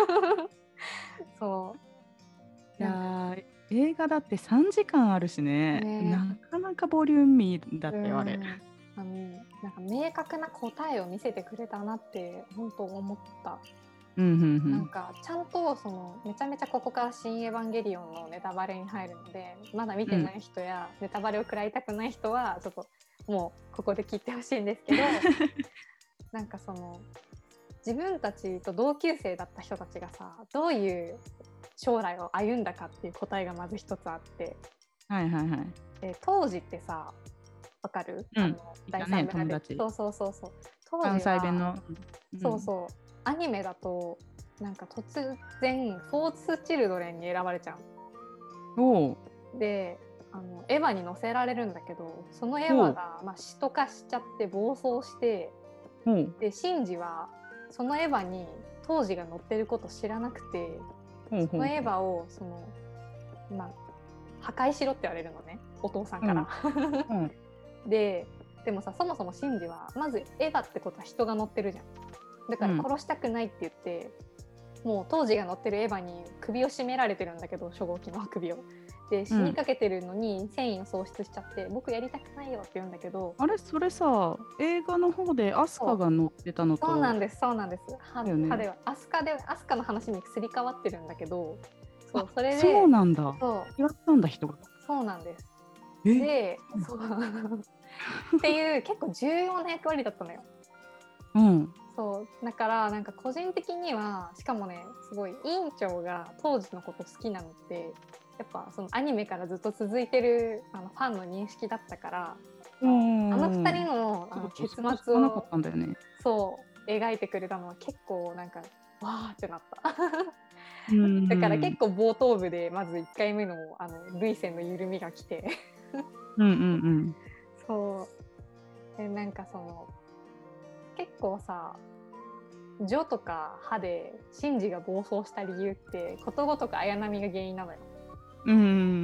そういや映画だってさんじかんあるし ね, ねなかなかボリューミーだったよあれ。 あのなんか明確な答えを見せてくれたなって本当思った、うんうんうん、なんかちゃんとそのめちゃめちゃここから新エヴァンゲリオンのネタバレに入るので、まだ見てない人や、うん、ネタバレを食らいたくない人はちょっともうここで聞いてほしいんですけどなんかその自分たちと同級生だった人たちがさ、どういう将来を歩んだかっていう答えがまず一つあって、はいはいはい、で当時ってさ、わかる、うん、あの第三村で、ね、そうそうそうそう、当時は関西弁の、 うん、そうそう、アニメだとなんか突然フォーツチルドレンに選ばれちゃう。おであのエヴァに乗せられるんだけど、そのエヴァが、まあ、使徒化しちゃって暴走して、でシンジはそのエヴァに当時が乗ってること知らなくて、そのエヴァをその、まあ、破壊しろって言われるのね、お父さんから、うんうん、で, でもさ、そもそもシンジはまずエヴァってことは人が乗ってるじゃん。だから殺したくないって言って、うん、もう当時が乗ってるエヴァに首を絞められてるんだけど、初号機の首をで死にかけてるのに繊維を喪失しちゃって、うん、僕やりたくないよって言うんだけど、 あれそれさ映画の方でアスカが乗ってたのと、 そうなんですそうなんです、歯ではアスカでアスカの話にすり替わってるんだけど、そうそれでそうなんだ、そうやったんだ人が、 そうなんです。でそうっていう結構重要な役割だったのよ。うん、そうだからなんか個人的には、しかもねすごい委員長が当時のこと好きなのってやっぱそのアニメからずっと続いてるあのファンの認識だったから、うんあのふたり の, あの結末をなかったんだよね、 そう描いてくれたのは結構なんかわーってなっただから結構冒頭部でまずいっかいめ の, あの涙腺の緩みが来てうんうんうんそうでなんかその結構さ、ジョとかハでシンジが暴走した理由ってことごとく綾波が原因なのよ。うん、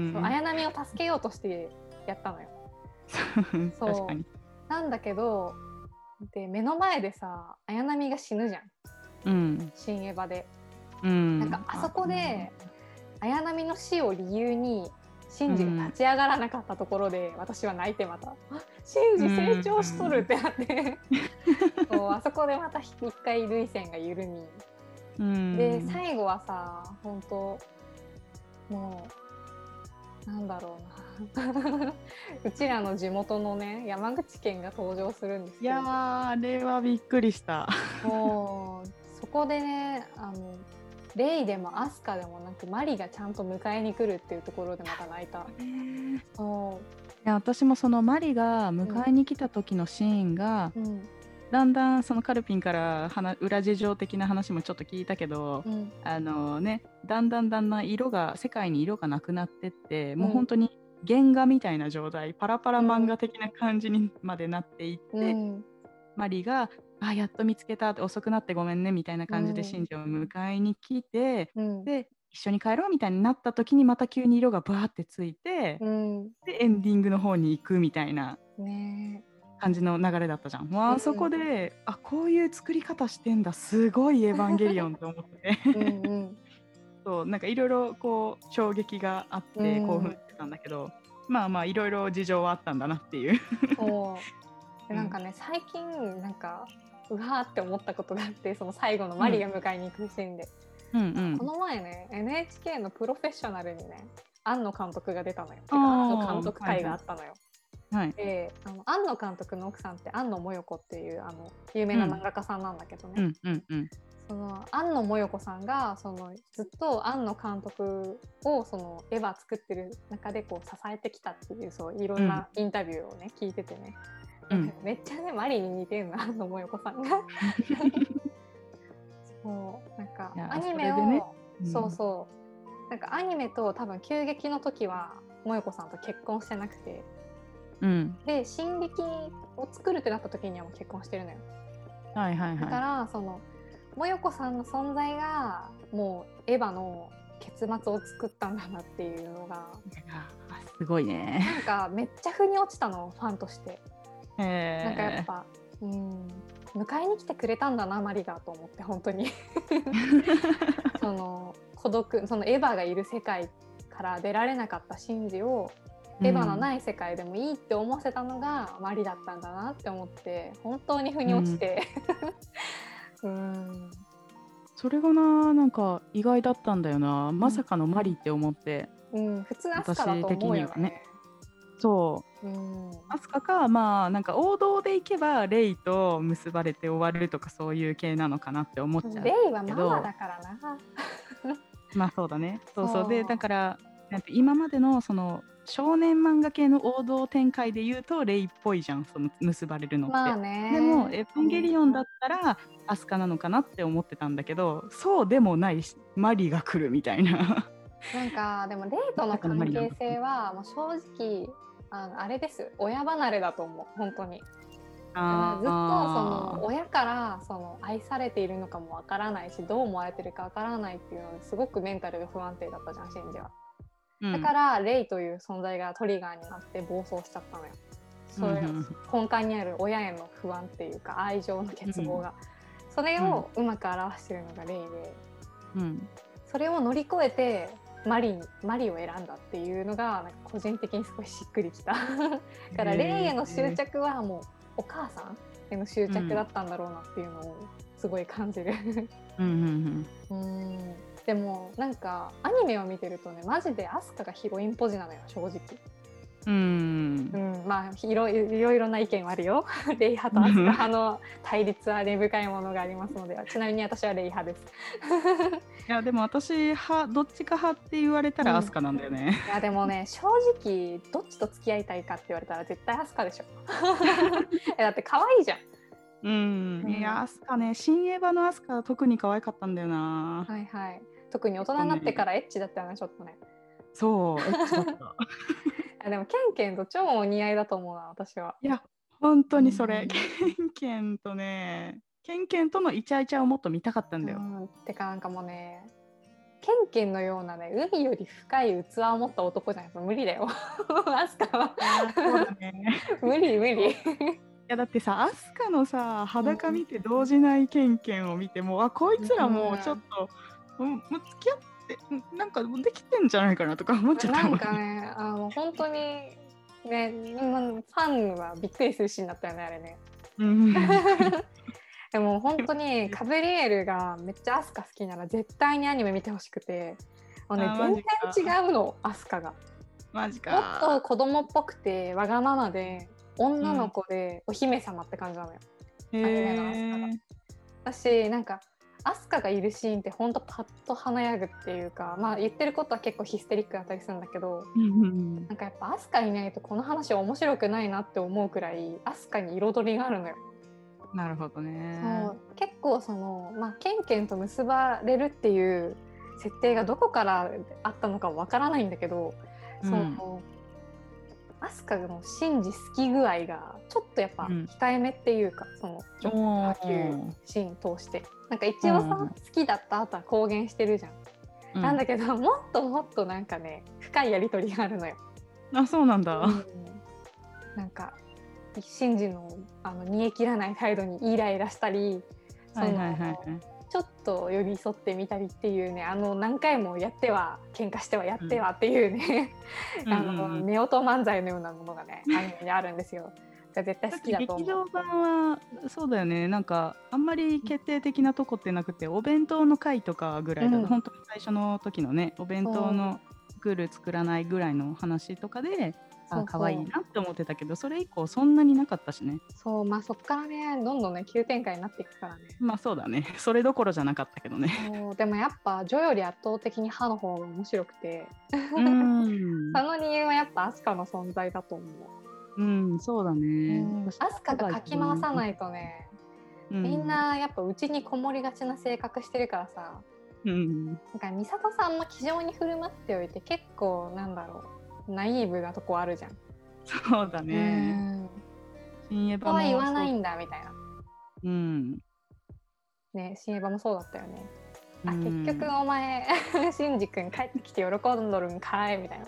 そう綾波を助けようとしてやったのよそう確かになんだけど、で目の前でさ綾波が死ぬじゃん、うん、新エヴァで、うん、なんかあそこで綾波の死を理由にシンジが立ち上がらなかったところで、うん、私は泣いてまたシンジ成長しとるってなってそうあそこでまた一回涙腺が緩み、うん、で最後はさ本当もうなんだろうなうちらの地元のね山口県が登場するんですけど、 いやーあれはびっくりした。 もうそこでねあのレイでもアスカでもなくマリがちゃんと迎えに来るっていうところでまた泣いた。 そういや私もそのマリが迎えに来た時のシーンが、うん、だんだんそのカルピンから裏事情的な話もちょっと聞いたけど、うん、あのねだんだんだんだん色が世界に色がなくなってって、うん、もう本当に原画みたいな状態、パラパラ漫画的な感じにまでなっていって、うん、マリがあやっと見つけたって遅くなってごめんねみたいな感じでシンジを迎えに来て、うん、で一緒に帰ろうみたいになった時にまた急に色がバーってついて、うん、でエンディングの方に行くみたいな感じの流れだったじゃん。もうあそこで、うん、あこういう作り方してんだすごいエヴァンゲリオンと思ってうん、うん、そうなんかいろいろこう衝撃があって興奮してたんだけど、うん、まあまあいろいろ事情はあったんだなっていうそうでなんかね、うん、最近なんかうわーって思ったことがあって、その最後のマリが迎えに行くシーンで、うんうんうん、この前ね エヌエイチケー のプロフェッショナルにね庵野監督が出たのよ。てか庵野監督会があったのよ、はいはい、 はい、 であの庵野監督の奥さんって庵野もよこっていうあの有名な漫画家さんなんだけどね、 うんうんうん、 その庵野もよこさんがそのずっと庵野監督をそのエヴァ作ってる中でこう支えてきたっていうそういろんなインタビューをね、うん、聞いててね、うん、めっちゃねマリに似てるの庵野もよこさんがそうなんかアニメを、ねうん、そうそうなんかアニメと多分急激の時はもよこさんと結婚してなくて、 うん、 で進撃を作るってなった時にはもう結婚してるのよ。 はいはいはい、 だからそのもよこさんの存在がもうエヴァの結末を作ったんだなっていうのがすごいね。 なんかめっちゃ腑に落ちたのファンとして、 えー、 なんかやっぱうん迎えに来てくれたんだなマリがと思って本当にその孤独そのエヴァがいる世界から出られなかったシンジをエヴァのない世界でもいいって思わせたのがマリだったんだなって思って本当に腑に落ちて、うん、うんそれがななんか意外だったんだよな、まさかのマリって思って、 うん、普通アスカだと思うよね。ねそう、うん、アスカかまあなんか王道でいけばレイと結ばれて終わるとかそういう系なのかなって思っちゃうけど、 レイはママだからなまあそうだね、そうそうでだからなんて今までのその少年漫画系の王道展開で言うとレイっぽいじゃんその結ばれるのって、まあね、でもエヴァンゲリオンだったらアスカなのかなって思ってたんだけどそうでもないしマリが来るみたいななんかでもレイとの関係性はもう正直あのあれです親離れだと思う本当に。あずっとその親からその愛されているのかもわからないしどう思われてるかわからないっていうのですごくメンタルが不安定だったじゃんシンジは。だからレイという存在がトリガーになって暴走しちゃったのよ。それ根幹にある親への不安っていうか愛情の欠乏が、うん、それをうまく表しているのがレイで、うん、それを乗り越えてマリマリを選んだっていうのがなんか個人的にすごいしっくりきただからレイへの執着はもうお母さんへの執着だったんだろうなっていうのをすごい感じるうんうんでもなんかアニメを見てるとねマジでアスカがヒロインポジなのよ正直。うん、うん、まあいろいろいろな意見はあるよレイ派とアスカ派の対立は根深いものがありますのでちなみに私はレイ派ですいやでも私派どっちか派って言われたらアスカなんだよね、 うん、いやでもね正直どっちと付き合いたいかって言われたら絶対アスカでしょだって可愛いじゃん。 うん、うん、いやアスカね新エヴァのアスカは特に可愛かったんだよな。 はいはい特に大人になってからエッチだったよねちょっとね。 そうエッチだったでもケンケンと超お似合いだと思うな私は。 いや本当にそれ、うん、ケンケンとねケンケンとのイチャイチャをもっと見たかったんだよ。 うん、てかなんかもうねケンケンのようなね海より深い器を持った男じゃないと無理だよアスカは。そうだね無理無理いやだってさアスカのさ裸見て動じないケンケンを見ても、うん、あこいつらもうちょっと、うん、もう付き合ってなんかできてんじゃないかなとか思っちゃったもん。 なんかねあの本当にねファンはびっくりするシーンだったよねあれね。でも本当にカブリエルがめっちゃアスカ好きなら絶対にアニメ見てほしくてもう、ね、全然違うのアスカが。 マジか。 もっと子供っぽくてわがままで女の子でお姫様って感じなのよ、うん、アニメのアスカが。私なんかアスカがいるシーンってほんとパッと華やぐっていうかまあ言ってることは結構ヒステリックだったりするんだけどなんかやっぱアスカいないとこの話は面白くないなって思うくらいアスカに彩りがあるのよ。 なるほどね。 そう結構その、まあ、ケンケンと結ばれるっていう設定がどこからあったのかわからないんだけど、うん、そのアスカのシンジ好き具合がちょっとやっぱ控えめっていうか、うん、そのちょっと波及シーン通してなんか一応さ、うん、好きだった後は公言してるじゃん、うん、なんだけどもっともっとなんかね深いやり取りがあるのよ。 あそうなんだ、うん、 なんかシンジのあの煮え切らない態度にイライラしたりその、はいはいはいはい、ちょっと寄り添ってみたりっていうねあの何回もやっては喧嘩してはやってはっていうね、うん、あの、うんうん、夫婦漫才のようなものがねアニメにあるんですよ。絶対好きだと思う。 劇場版はそうだよねなんかあんまり決定的なとこってなくてお弁当の回とかぐらいだ、うん、本当に最初の時のねお弁当の作る作らないぐらいの話とかであ可愛いなって思ってたけど、それ以降そんなになかったしね。 そうまあそっからねどんどんね急展開になっていくからね。 まあそうだね、それどころじゃなかったけどね。 そうでもやっぱジョより圧倒的に歯の方が面白くてうーんその理由はやっぱアスカの存在だと思う。 うんそうだね。 アスカがかき回さないとね、 うん、 みんなやっぱうちにこもりがちな性格してるからさ、 うん、 なんか美里さんも気丈に振る舞っておいて結構なんだろうナイーブなとこあるじゃん。 そうだね。新エヴァもは言わないんだみたいな。 うんね、新エヴァもそうだったよね。あ、 うん、 結局お前シンジ君帰ってきて喜んどるんかいみたいな。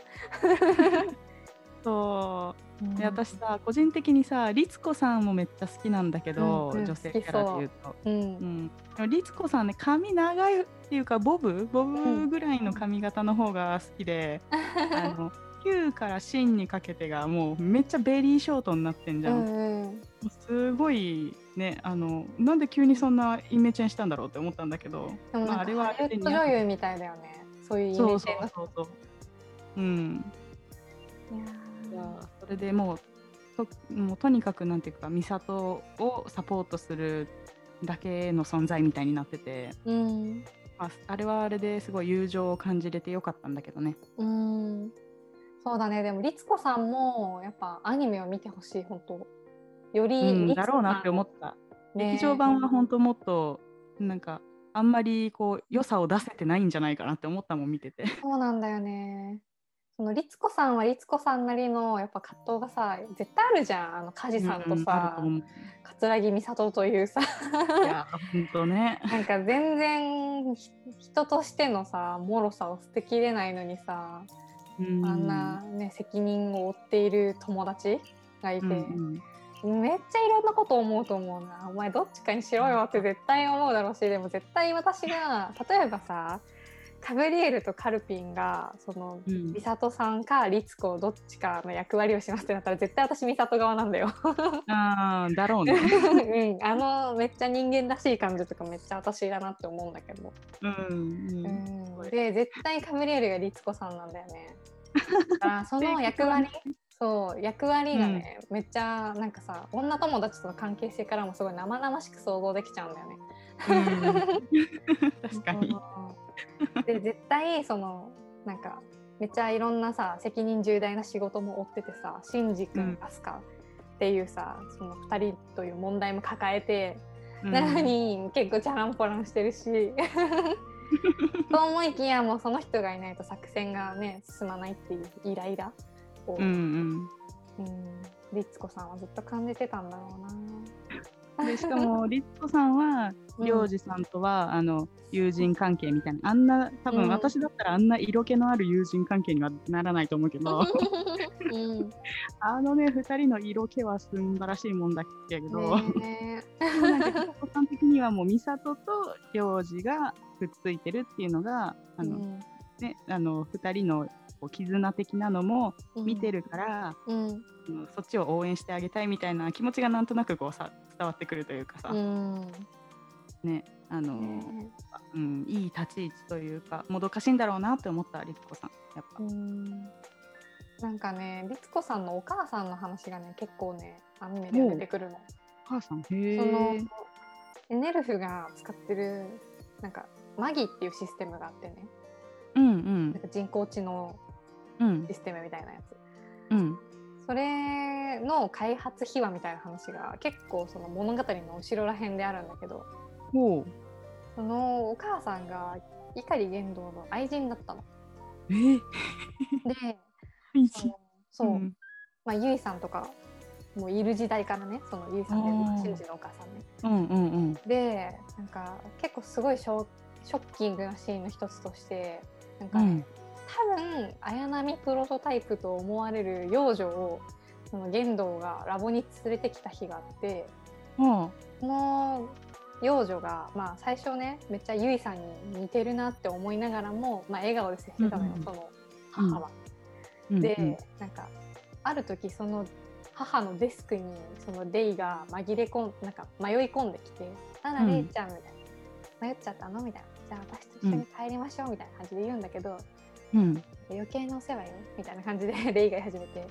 そう、うん、で私さ個人的にさ律子さんもめっちゃ好きなんだけど、うんうん、女性キャラでいうと、うんうん、律子さんね髪長いっていうかボブボブぐらいの髪型の方が好きで、うん、あのきゅうから新にかけてがもうめっちゃベリーショートになってんじゃん、うんうん、すごいね、あのなんで急にそんなイメチェンしたんだろうって思ったんだけど、 でもなんか、まあ、あれはハリウッド女優みたいだよね。そういうイメチェンの。そうそうそうそううんいやそれでもう と, もうとにかくなんていうか美里をサポートするだけの存在みたいになってて、うんまあ、あれはあれですごい友情を感じれてよかったんだけどね。 うんそうだね。でも律子さんもやっぱアニメを見てほしい。本当より、 うん、だろうなって思った、ね、劇場版は本当もっとなんかあんまりこう良さを出せてないんじゃないかなって思ったもん見てて。 そうなんだよね。その律子さんは律子さんなりのやっぱ葛藤がさ絶対あるじゃん。あの梶さんとさ、うん、桂木美里というさいや本当ねなんか全然人としてのさ脆さを捨てきれないのにさ、うん、あんなね責任を負っている友達がいて、うんうん、めっちゃいろんなこと思うと思うな。お前どっちかにしろよって絶対思うだろうし、でも絶対私が例えばさカブリエルとカルピンがその、うん、美里さんか律子どっちかの役割をしますってなったら絶対私美里側なんだよあーだろうね、 うん、あのめっちゃ人間らしい感じとかめっちゃ私だなって思うんだけど、うんうんうん、で絶対カブリエルが律子さんなんだよねあその役割そう役割がね、うん、めっちゃなんかさ女友達との関係性からもすごい生々しく想像できちゃうんだよね、 うん、確かにで絶対そのなんかめっちゃいろんなさ責任重大な仕事も負っててさシンジ君アスカっていうさ、うん、そのふたりという問題も抱えて、うん、なのに結構チャランポランしてるしと思いきやもうその人がいないと作戦がね進まないっていうイライラを、うんうんうん、律子さんはずっと感じてたんだろうな。 でしかも律子さんは良二さんとは、うん、あの友人関係みたいなあんな多分私だったらあんな色気のある友人関係にはならないと思うけど、うん、あのねふたりの色気は素晴らしいもんだけど、ね、なんか律子さん的にはもう美里と良二がくっついてるっていうのがあの、うんね、あのふたりの絆的なのも見てるから、うんうん、そっちを応援してあげたいみたいな気持ちがなんとなくこうさ伝わってくるというかさ、うんねあのねうん、いい立ち位置というかもどかしいんだろうなって思った律子さんやっぱ。うんなんかね律子さんのお母さんの話がね結構ねアニメで出てくるの。 お母さんへー。 そのエネルフが使ってるなんかマギっていうシステムがあってね、うんうん、なんか人工知能システムみたいなやつ、うん、それの開発秘話みたいな話が結構その物語の後ろらへんであるんだけど、おそのお母さんが碇玄道の愛人だったの。 えー、 でそのそう、うんまあ、ゆいさんとかもういる時代からねそのゆいさんでシンジのお母さんね、うんうんうん、でなんか結構すごいショショッキングなシーンの一つとしてなんか、ねうん多分綾波プロトタイプと思われる幼女をその玄道がラボに連れてきた日があって、うん、その幼女が、まあ、最初ねめっちゃゆいさんに似てるなって思いながらも、まあ、笑顔で接してたのよ、うん、その母は。うん、で、うん、なんかある時その母のデスクにそのレイが紛れ込んなんか迷い込んできて「あらレイちゃん」みたいな「迷っちゃったの?」みたいな「じゃあ私と一緒に帰りましょう」みたいな感じで言うんだけど、うん、余計なお世話よみたいな感じでレイが言い始めて、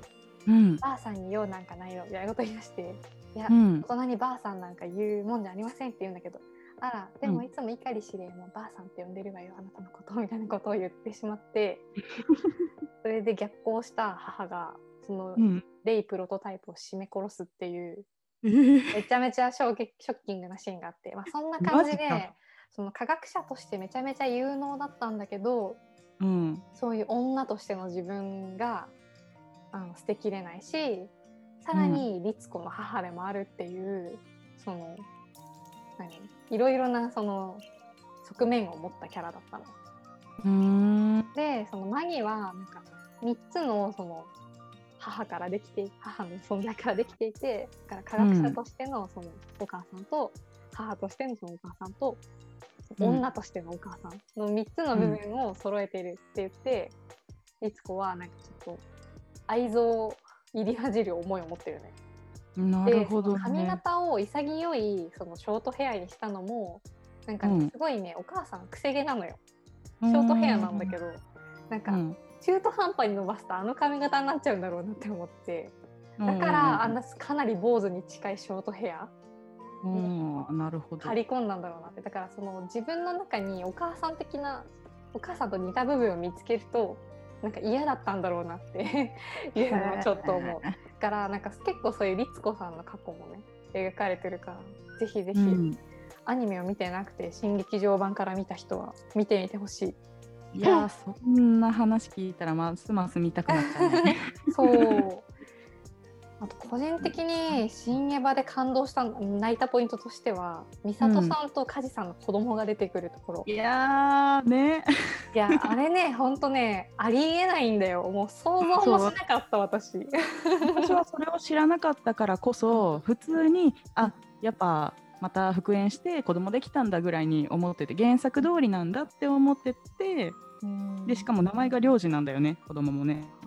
うん、 ばあさんに用なんかないよみたいなこと言い出して、いや、 うん、 大人にばあさんなんか言うもんじゃありませんって言うんだけど、あらでうん、 もいつも碇司令もばあさんって呼んでるわよあなたのことみたいなことを言ってしまって、それで逆行した母がそのうん、 レイプロトタイプを絞め殺すっていうえー、 めちゃめちゃ衝撃ショッキングなシーンがあって、まあ、そんな感じマジか。 でその科学者としてめちゃめちゃ有能だったんだけど、 うん、 そういう女としての自分があの捨てきれないし、さらうん、 に律子の母でもあるっていうその何いろいろなその側面を持ったキャラだったの。 うーん、 でそのマギはなんかみっつのその母からできて母の存在からできていて、だから科学者としてのそのお母さんと、母としてのそのお母さんと、 うん、 女としてのお母さんのみっつの部分を揃えているって言って、律子はなんかちょっと愛憎入り混じる思いを持ってるね。 うん、なるでそのほどね。 髪型を潔いそのショートヘアにしたのもなんかね、 うん、 すごいねお母さん癖毛なのよ。 うーショートヘアなん、 んだけどなんかうん、 中途半端に伸ばすとあの髪型になっちゃうんだろうなって思って、 うん、 だかうん、 らあんなかなり坊主に近いショートヘアうにん、うん、なるほど。 張り込んだんだろうなって。だからその自分の中にお母さん的なお母さんと似た部分を見つけるとなんか嫌だったんだろうなっていうのをちょっと思う。だからなんか結構そういう律子さんの過去もね描かれてるから、ぜひぜひ、 うん、 アニメを見てなくて新劇場版から見た人は見てみてほしい。 いやー、そんな話聞いたらますます見たくなっちゃうね。 そうあと個人的に新エヴァで感動した泣いたポイントとしては美里さんと梶さんの子供が出てくるところ、 いやーね。 いやあれねほんとねありえないんだよ。もう想像もしなかった私。 私はそれを知らなかったからこそ普通にあやっぱまた復縁して子供できたんだぐらいに思ってて、原作通りなんだって思ってて、でしかも名前が領事なんだよね、子供もね。ね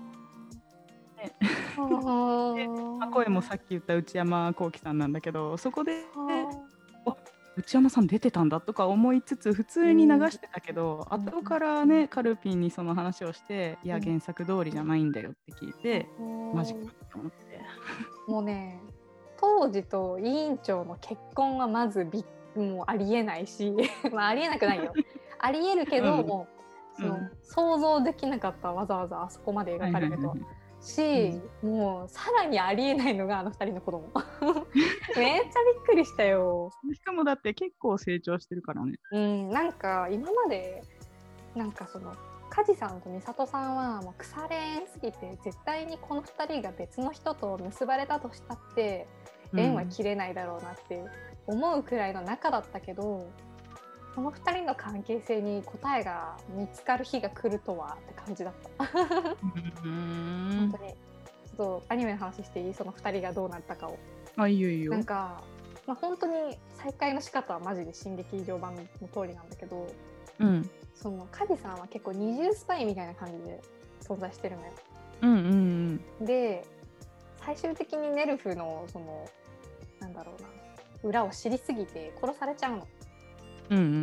で、まあ、声もさっき言った内山聖輝さんなんだけど、そこで内山さん出てたんだとか思いつつ普通に流してたけど、うん、後からねカルピンにその話をしていや原作通りじゃないんだよって聞いて、うん、マジかと思って。 もうね当時と委員長の結婚はまずびもうありえないしまあありえなくないよありえるけど、うん、もうその、うん、想像できなかった、わざわざあそこまで描かれると、はいはいはいし、うん、もうさらにありえないのがあのふたりの子供めっちゃびっくりしたよ。 しかもだって結構成長してるからね。 うん、なんか今までなんかその梶さんと美里さんはもう腐れ縁すぎて絶対にこのふたりが別の人と結ばれたとしたって縁は切れないだろうなって思うくらいの仲だったけど、うんこのふたりの関係性に答えが見つかる日が来るとはって感じだった本当に。ちょっとアニメの話していい？そのふたりがどうなったかを。 あ、いいよいいよ。 なんか、まあ、本当に再会の仕方はマジで新劇場版の通りなんだけど、 うん、その梶さんは結構二重スパイみたいな感じで存在してるのよ。 うんうんうん、で最終的にネルフのそのなんだろうな裏を知りすぎて殺されちゃうの。 うんうんうん、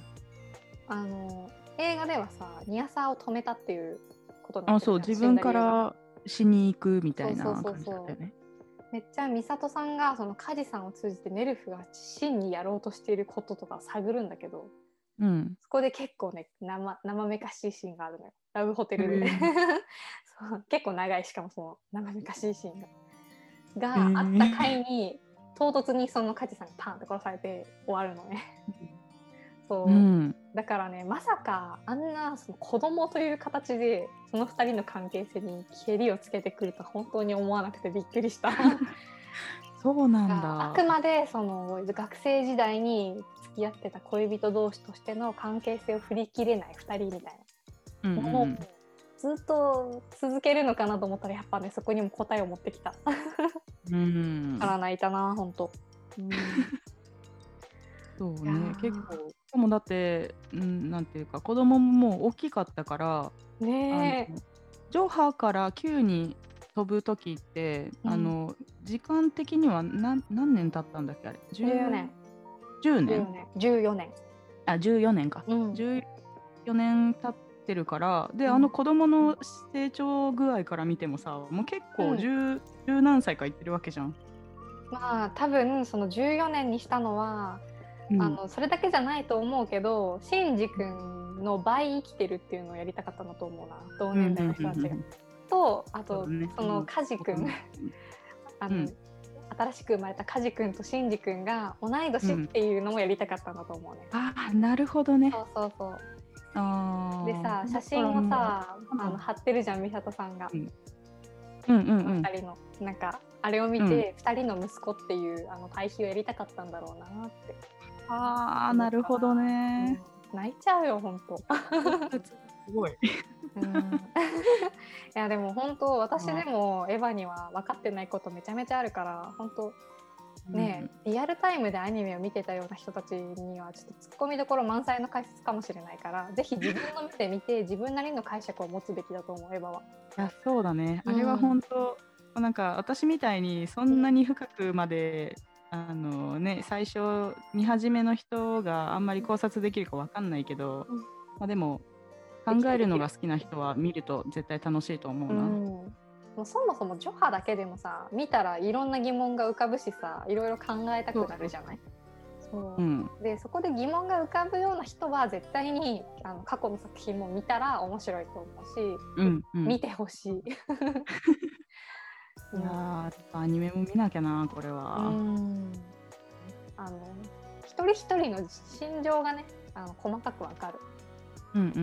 あの映画ではさニアサーを止めたっていうことになってる。あ、そう、自分からしに行くみたいな感じだったよね。 めっちゃ美里さんがその梶さんを通じてネルフが真にやろうとしていることとかを探るんだけど、うん、そこで結構ね 生, 生めかしいシーンがあるのよ、ラブホテルでそう結構長い、しかもその生めかしいシーンががあった回に唐突にその梶さんがパンって殺されて終わるのねそう、うん、だからねまさかあんなその子供という形でそのふたりの関係性にけりをつけてくると本当に思わなくてびっくりしたそうなんだ。 あくまでその学生時代に付き合ってた恋人同士としての関係性を振り切れないふたりみたいなものをずっと続けるのかなと思ったらやっぱねそこにも答えを持ってきたうんから泣いたな本当、うん、 そうね結構でもだって、うん、なんていうか子供ももう大きかったからね、ジョハからきゅうに飛ぶ時って、うん、あの時間的には 何, 何年経ったんだっけあれじゅうよねんじゅうねんじゅうよねんあじゅうよねんか、うん、じゅうよねん経ってるから、で、 うん、 あの子供の成長具合から見てもさ、もう結構十、うん、十何歳かいってるわけじゃん。 まあ多分そのじゅうよねんにしたのは、うん、あのそれだけじゃないと思うけど、シンジ君の倍生きてるっていうのをやりたかったのと思うな、同年代の人たちが。とあと そ,、ね、そのカジ君、うん、あの、うん、新しく生まれたカジ君とシンジ君が同い年っていうのもやりたかったんだと思うね。 うん、ああ、なるほどね。 そうそうそう。 あでさ、写真をさ、あの貼ってるじゃん、美里さんが。 うんうんうんうん、 ふたりのなんかあれを見て、うん、ふたりの息子っていうあの対比をやりたかったんだろうなって。 ああ、なるほどね、 うん、泣いちゃうよ本当。すごい。 うん、いやでも本当私でもエヴァには分かってないことめちゃめちゃあるから本当ね、うん、リアルタイムでアニメを見てたような人たちにはちょっとツッコミどころ満載の解説かもしれないから、ぜひ自分の目で見て自分なりの解釈を持つべきだと思うエヴァは。 いやそうだね、あれは本当、うん、なんか私みたいにそんなに深くまで、うん、あのね最初見始めの人があんまり考察できるか分かんないけど、うん、まあ、でも考えるのが好きな人は見ると絶対楽しいと思うな。うん、 もうそもそもジョハだけでもさ見たらいろんな疑問が浮かぶしさ、いろいろ考えたくなるじゃない。そう、うん、でそこで疑問が浮かぶような人は絶対にあの過去の作品も見たら面白いと思うし、うんうん、見てほしい。いやアニメも見なきゃなこれは。うん、 あの一人一人の心情がねあの細かくわかる。 うんうんうん。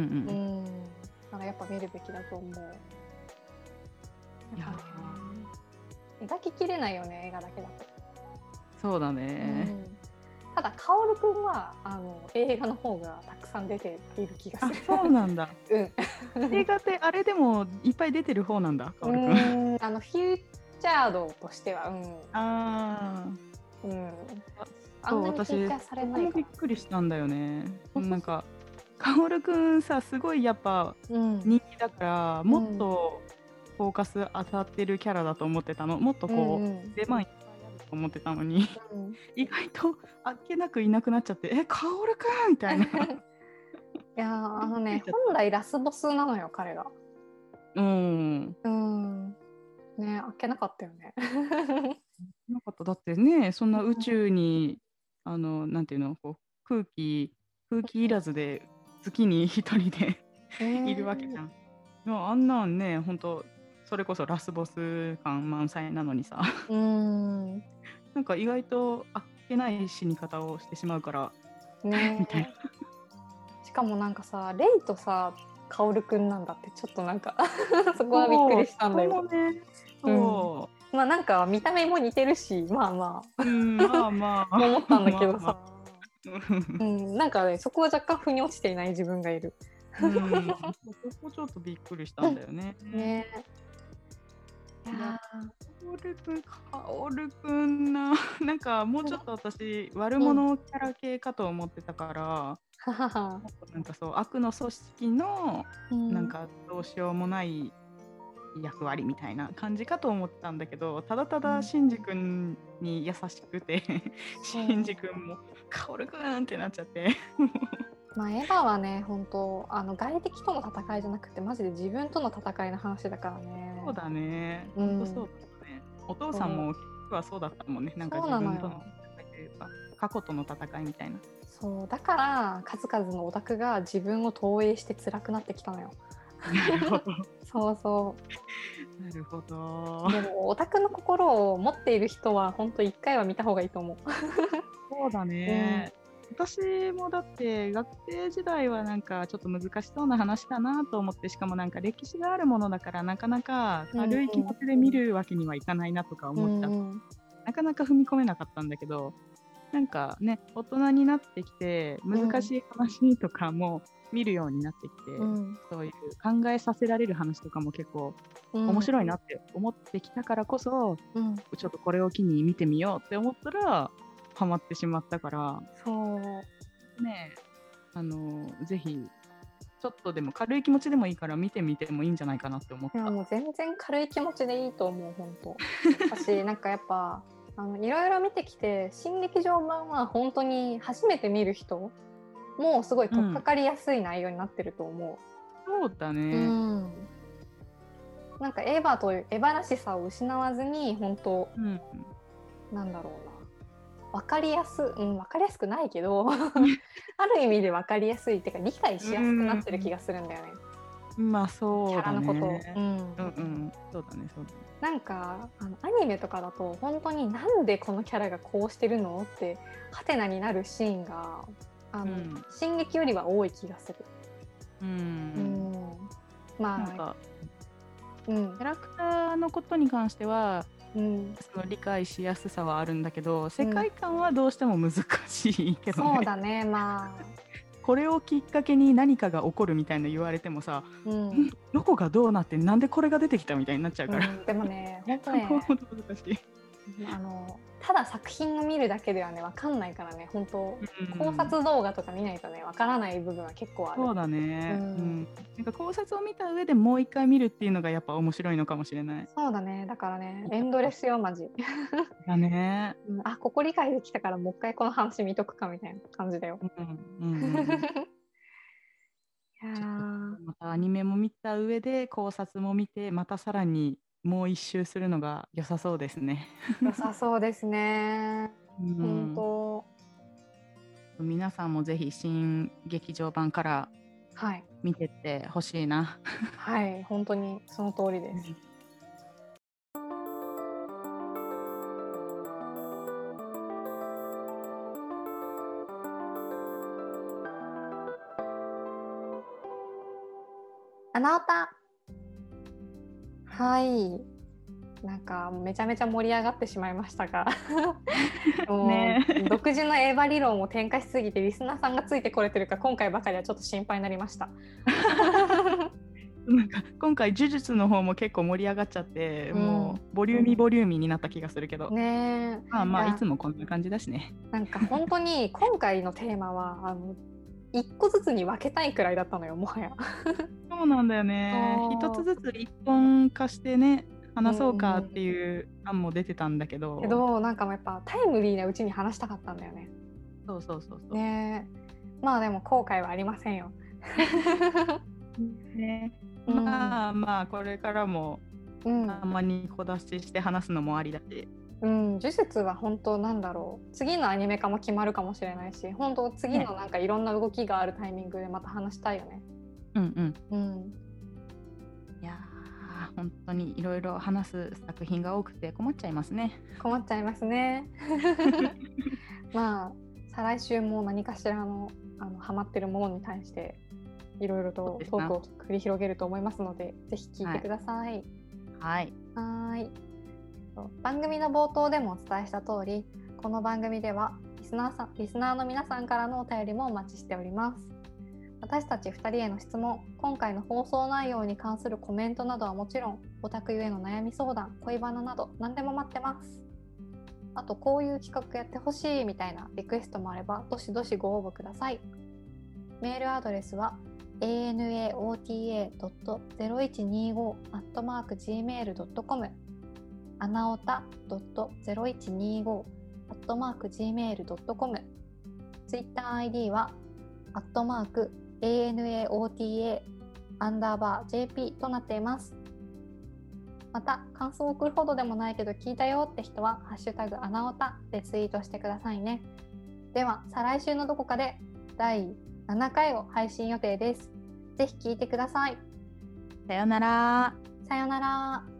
うん、なんかやっぱ見るべきだと思う。いや描ききれないよね映画だけだと。 そうだね。 うんただカオルくんはあの映画の方がたくさん出ている気がする。 そうなんだ。 うん。 映画ってあれでもいっぱい出てる方なんだ。カオルくん。 うんあのフューチャードとしては、うん。 ああ。 うん。 あそう私とてもびっくりしたんだよね。なんかカオルくんさすごいやっぱ人気だから、うん、もっとフォーカス当たってるキャラだと思ってたの。もっとこう、うんうん、出番いっぱいあると思ってたのに、うん、意外とあっけなくいなくなっちゃって、えカオルくんみたいな。いやあのね本来ラスボスなのよ彼が。うんうんねあっけなかったよね。 なかっただってねそんな宇宙に、うん、あのなんていうのこう空気空気いらずで月に一人でいるわけじゃん。あんなんね本当それこそラスボス感満載なのにさうんなんか意外とあっけない死に方をしてしまうからねみたいな。 しかもなんかさレイとさカオルくんなんだってちょっとなんかそこはびっくりしたんだよ。そうねそう、うん、まあなんか見た目も似てるしまあまあうんまあまあ思ったんだけどさ、まあまあうん、なんかねそこは若干腑に落ちていない自分がいる。 うん、そこちょっとびっくりしたんだよね。ねいやカオルくん、カオルくんな、なんかもうちょっと私、悪者キャラ系かと思ってたから、うん、なんかそう悪の組織の、うん、なんかどうしようもない役割みたいな感じかと思ったんだけど、ただただシンジ君に優しくて、うん、シンジ君もカオルくんってなっちゃって。 まあ、エヴァはね本当あの外敵との戦いじゃなくてマジで自分との戦いの話だからね。 そうだね、うん、本当そうだね。お父さんも結局はそうだったもんね。なんか自分との戦いというか過去との戦いみたいな。 そうだから数々のオタクが自分を投影して辛くなってきたのよ。 なるほどそうそう。 なるほど。 でもオタクの心を持っている人は本当一回は見た方がいいと思う。 そうだね、うん私もだって学生時代はなんかちょっと難しそうな話だなと思って、しかもなんか歴史があるものだからなかなか軽い気持ちで見るわけにはいかないなとか思っちゃって、うん、なかなか踏み込めなかったんだけど、なんかね大人になってきて難しい話とかも見るようになってきて、うん、そういう考えさせられる話とかも結構面白いなって思ってきたからこそ、うん、ちょっとこれを機に見てみようって思ったらハマってしまったから、そうねあのぜひちょっとでも軽い気持ちでもいいから見てみてもいいんじゃないかなって思った。 いやもう全然軽い気持ちでいいと思う本当。私なんかやっぱあのいろいろ見てきて新劇場版は本当に初めて見る人もうすごい取っかかりやすい内容になってると思そうだね、 うん、なんかエヴァというエヴァらしさを失わずに本当、うん、なんだろうな、分かりやす、うん、分かりやすくないけどある意味で分かりやすいっていうか理解しやすくなってる気がするんだよね、 うん、まあそうだね、 キャラのことを、うん、うんうんそうだねそうだね。 なんかあのアニメとかだと本当になんでこのキャラがこうしてるのってハテナになるシーンがあの、うん、進撃よりは多い気がする。うん、うん、 まあなんか、うん、キャラクターのことに関しては、うん、その理解しやすさはあるんだけど、世界観はどうしても難しいけどね、 うん、そうだね、まあこれをきっかけに何かが起こるみたいな言われてもさ、うん、どこがどうなってなんでこれが出てきたみたいになっちゃうから、うん、 でもね本当ね難しいあのただ作品を見るだけではね分かんないからね、本当、うん、考察動画とか見ないとね分からない部分は結構ある。 そうだね、うんうん、なんか考察を見た上でもう一回見るっていうのがやっぱ面白いのかもしれない。 そうだね、だからねエンドレスよマジだね、 うん、あここ理解できたからもう一回この話見とくかみたいな感じだよ、うんうんうん、いやまたアニメも見た上で考察も見てまたさらにもう一周するのが良さそうですね良さそうですね、うん、本当皆さんもぜひ新劇場版から見てってほしいな、 はい、はい、本当にその通りです、うん、穴オタ、はい、なんかめちゃめちゃ盛り上がってしまいましたがもう、ね、独自のエヴァ理論を展開しすぎてリスナーさんがついてこれてるか今回ばかりはちょっと心配になりましたなんか今回呪術の方も結構盛り上がっちゃって、うん、もうボリューミーボリューミーになった気がするけど、ね、まあまあいつもこんな感じだしね。 なんか本当に今回のテーマはあの一個ずつに分けたいくらいだったのよ、もはやそうなんだよね、一つずつ一本化してね話そうかっていう案も出てたんだけど、 けどなんかやっぱタイムリーなうちに話したかったんだよね。 そうそうそうそう、 ね、まあでも後悔はありませんよね、まあまあこれからもたまに小出しして話すのもありだし、うん、 呪術は本当なんだろう、次のアニメ化も決まるかもしれないし、本当次のなんかいろんな動きがあるタイミングでまた話したいよね。 うんうん、うん、いや本当にいろいろ話す作品が多くて困っちゃいますね。 困っちゃいますねまあ再来週も何かしらのあのハマってるものに対していろいろとトークを繰り広げると思いますので、ぜひ聞いてください。 はい。 はい。番組の冒頭でもお伝えした通り、この番組ではリスナーさん、リスナーの皆さんからのお便りもお待ちしております。私たちふたりへの質問、今回の放送内容に関するコメントなどはもちろん、オタクゆえの悩み相談、恋バナなど何でも待ってます。あと、こういう企画やってほしいみたいなリクエストもあれば、どしどしご応募ください。メールアドレスは エーエヌエーオーティーエードットゼロいちにご アットマーク ジーメールドットコム、アナオタ ドットゼロいちにご アットマーク ジーメールドットコム、ツイッター アイディー はアットマーク エーエヌエーオーティーエー アンダーバー ジェーピー となっています。また感想を送るほどでもないけど聞いたよって人はハッシュタグアナオタでツイートしてくださいね。では再来週のどこかでだいななかいを配信予定です。ぜひ聞いてください。 さよなら。 さよなら。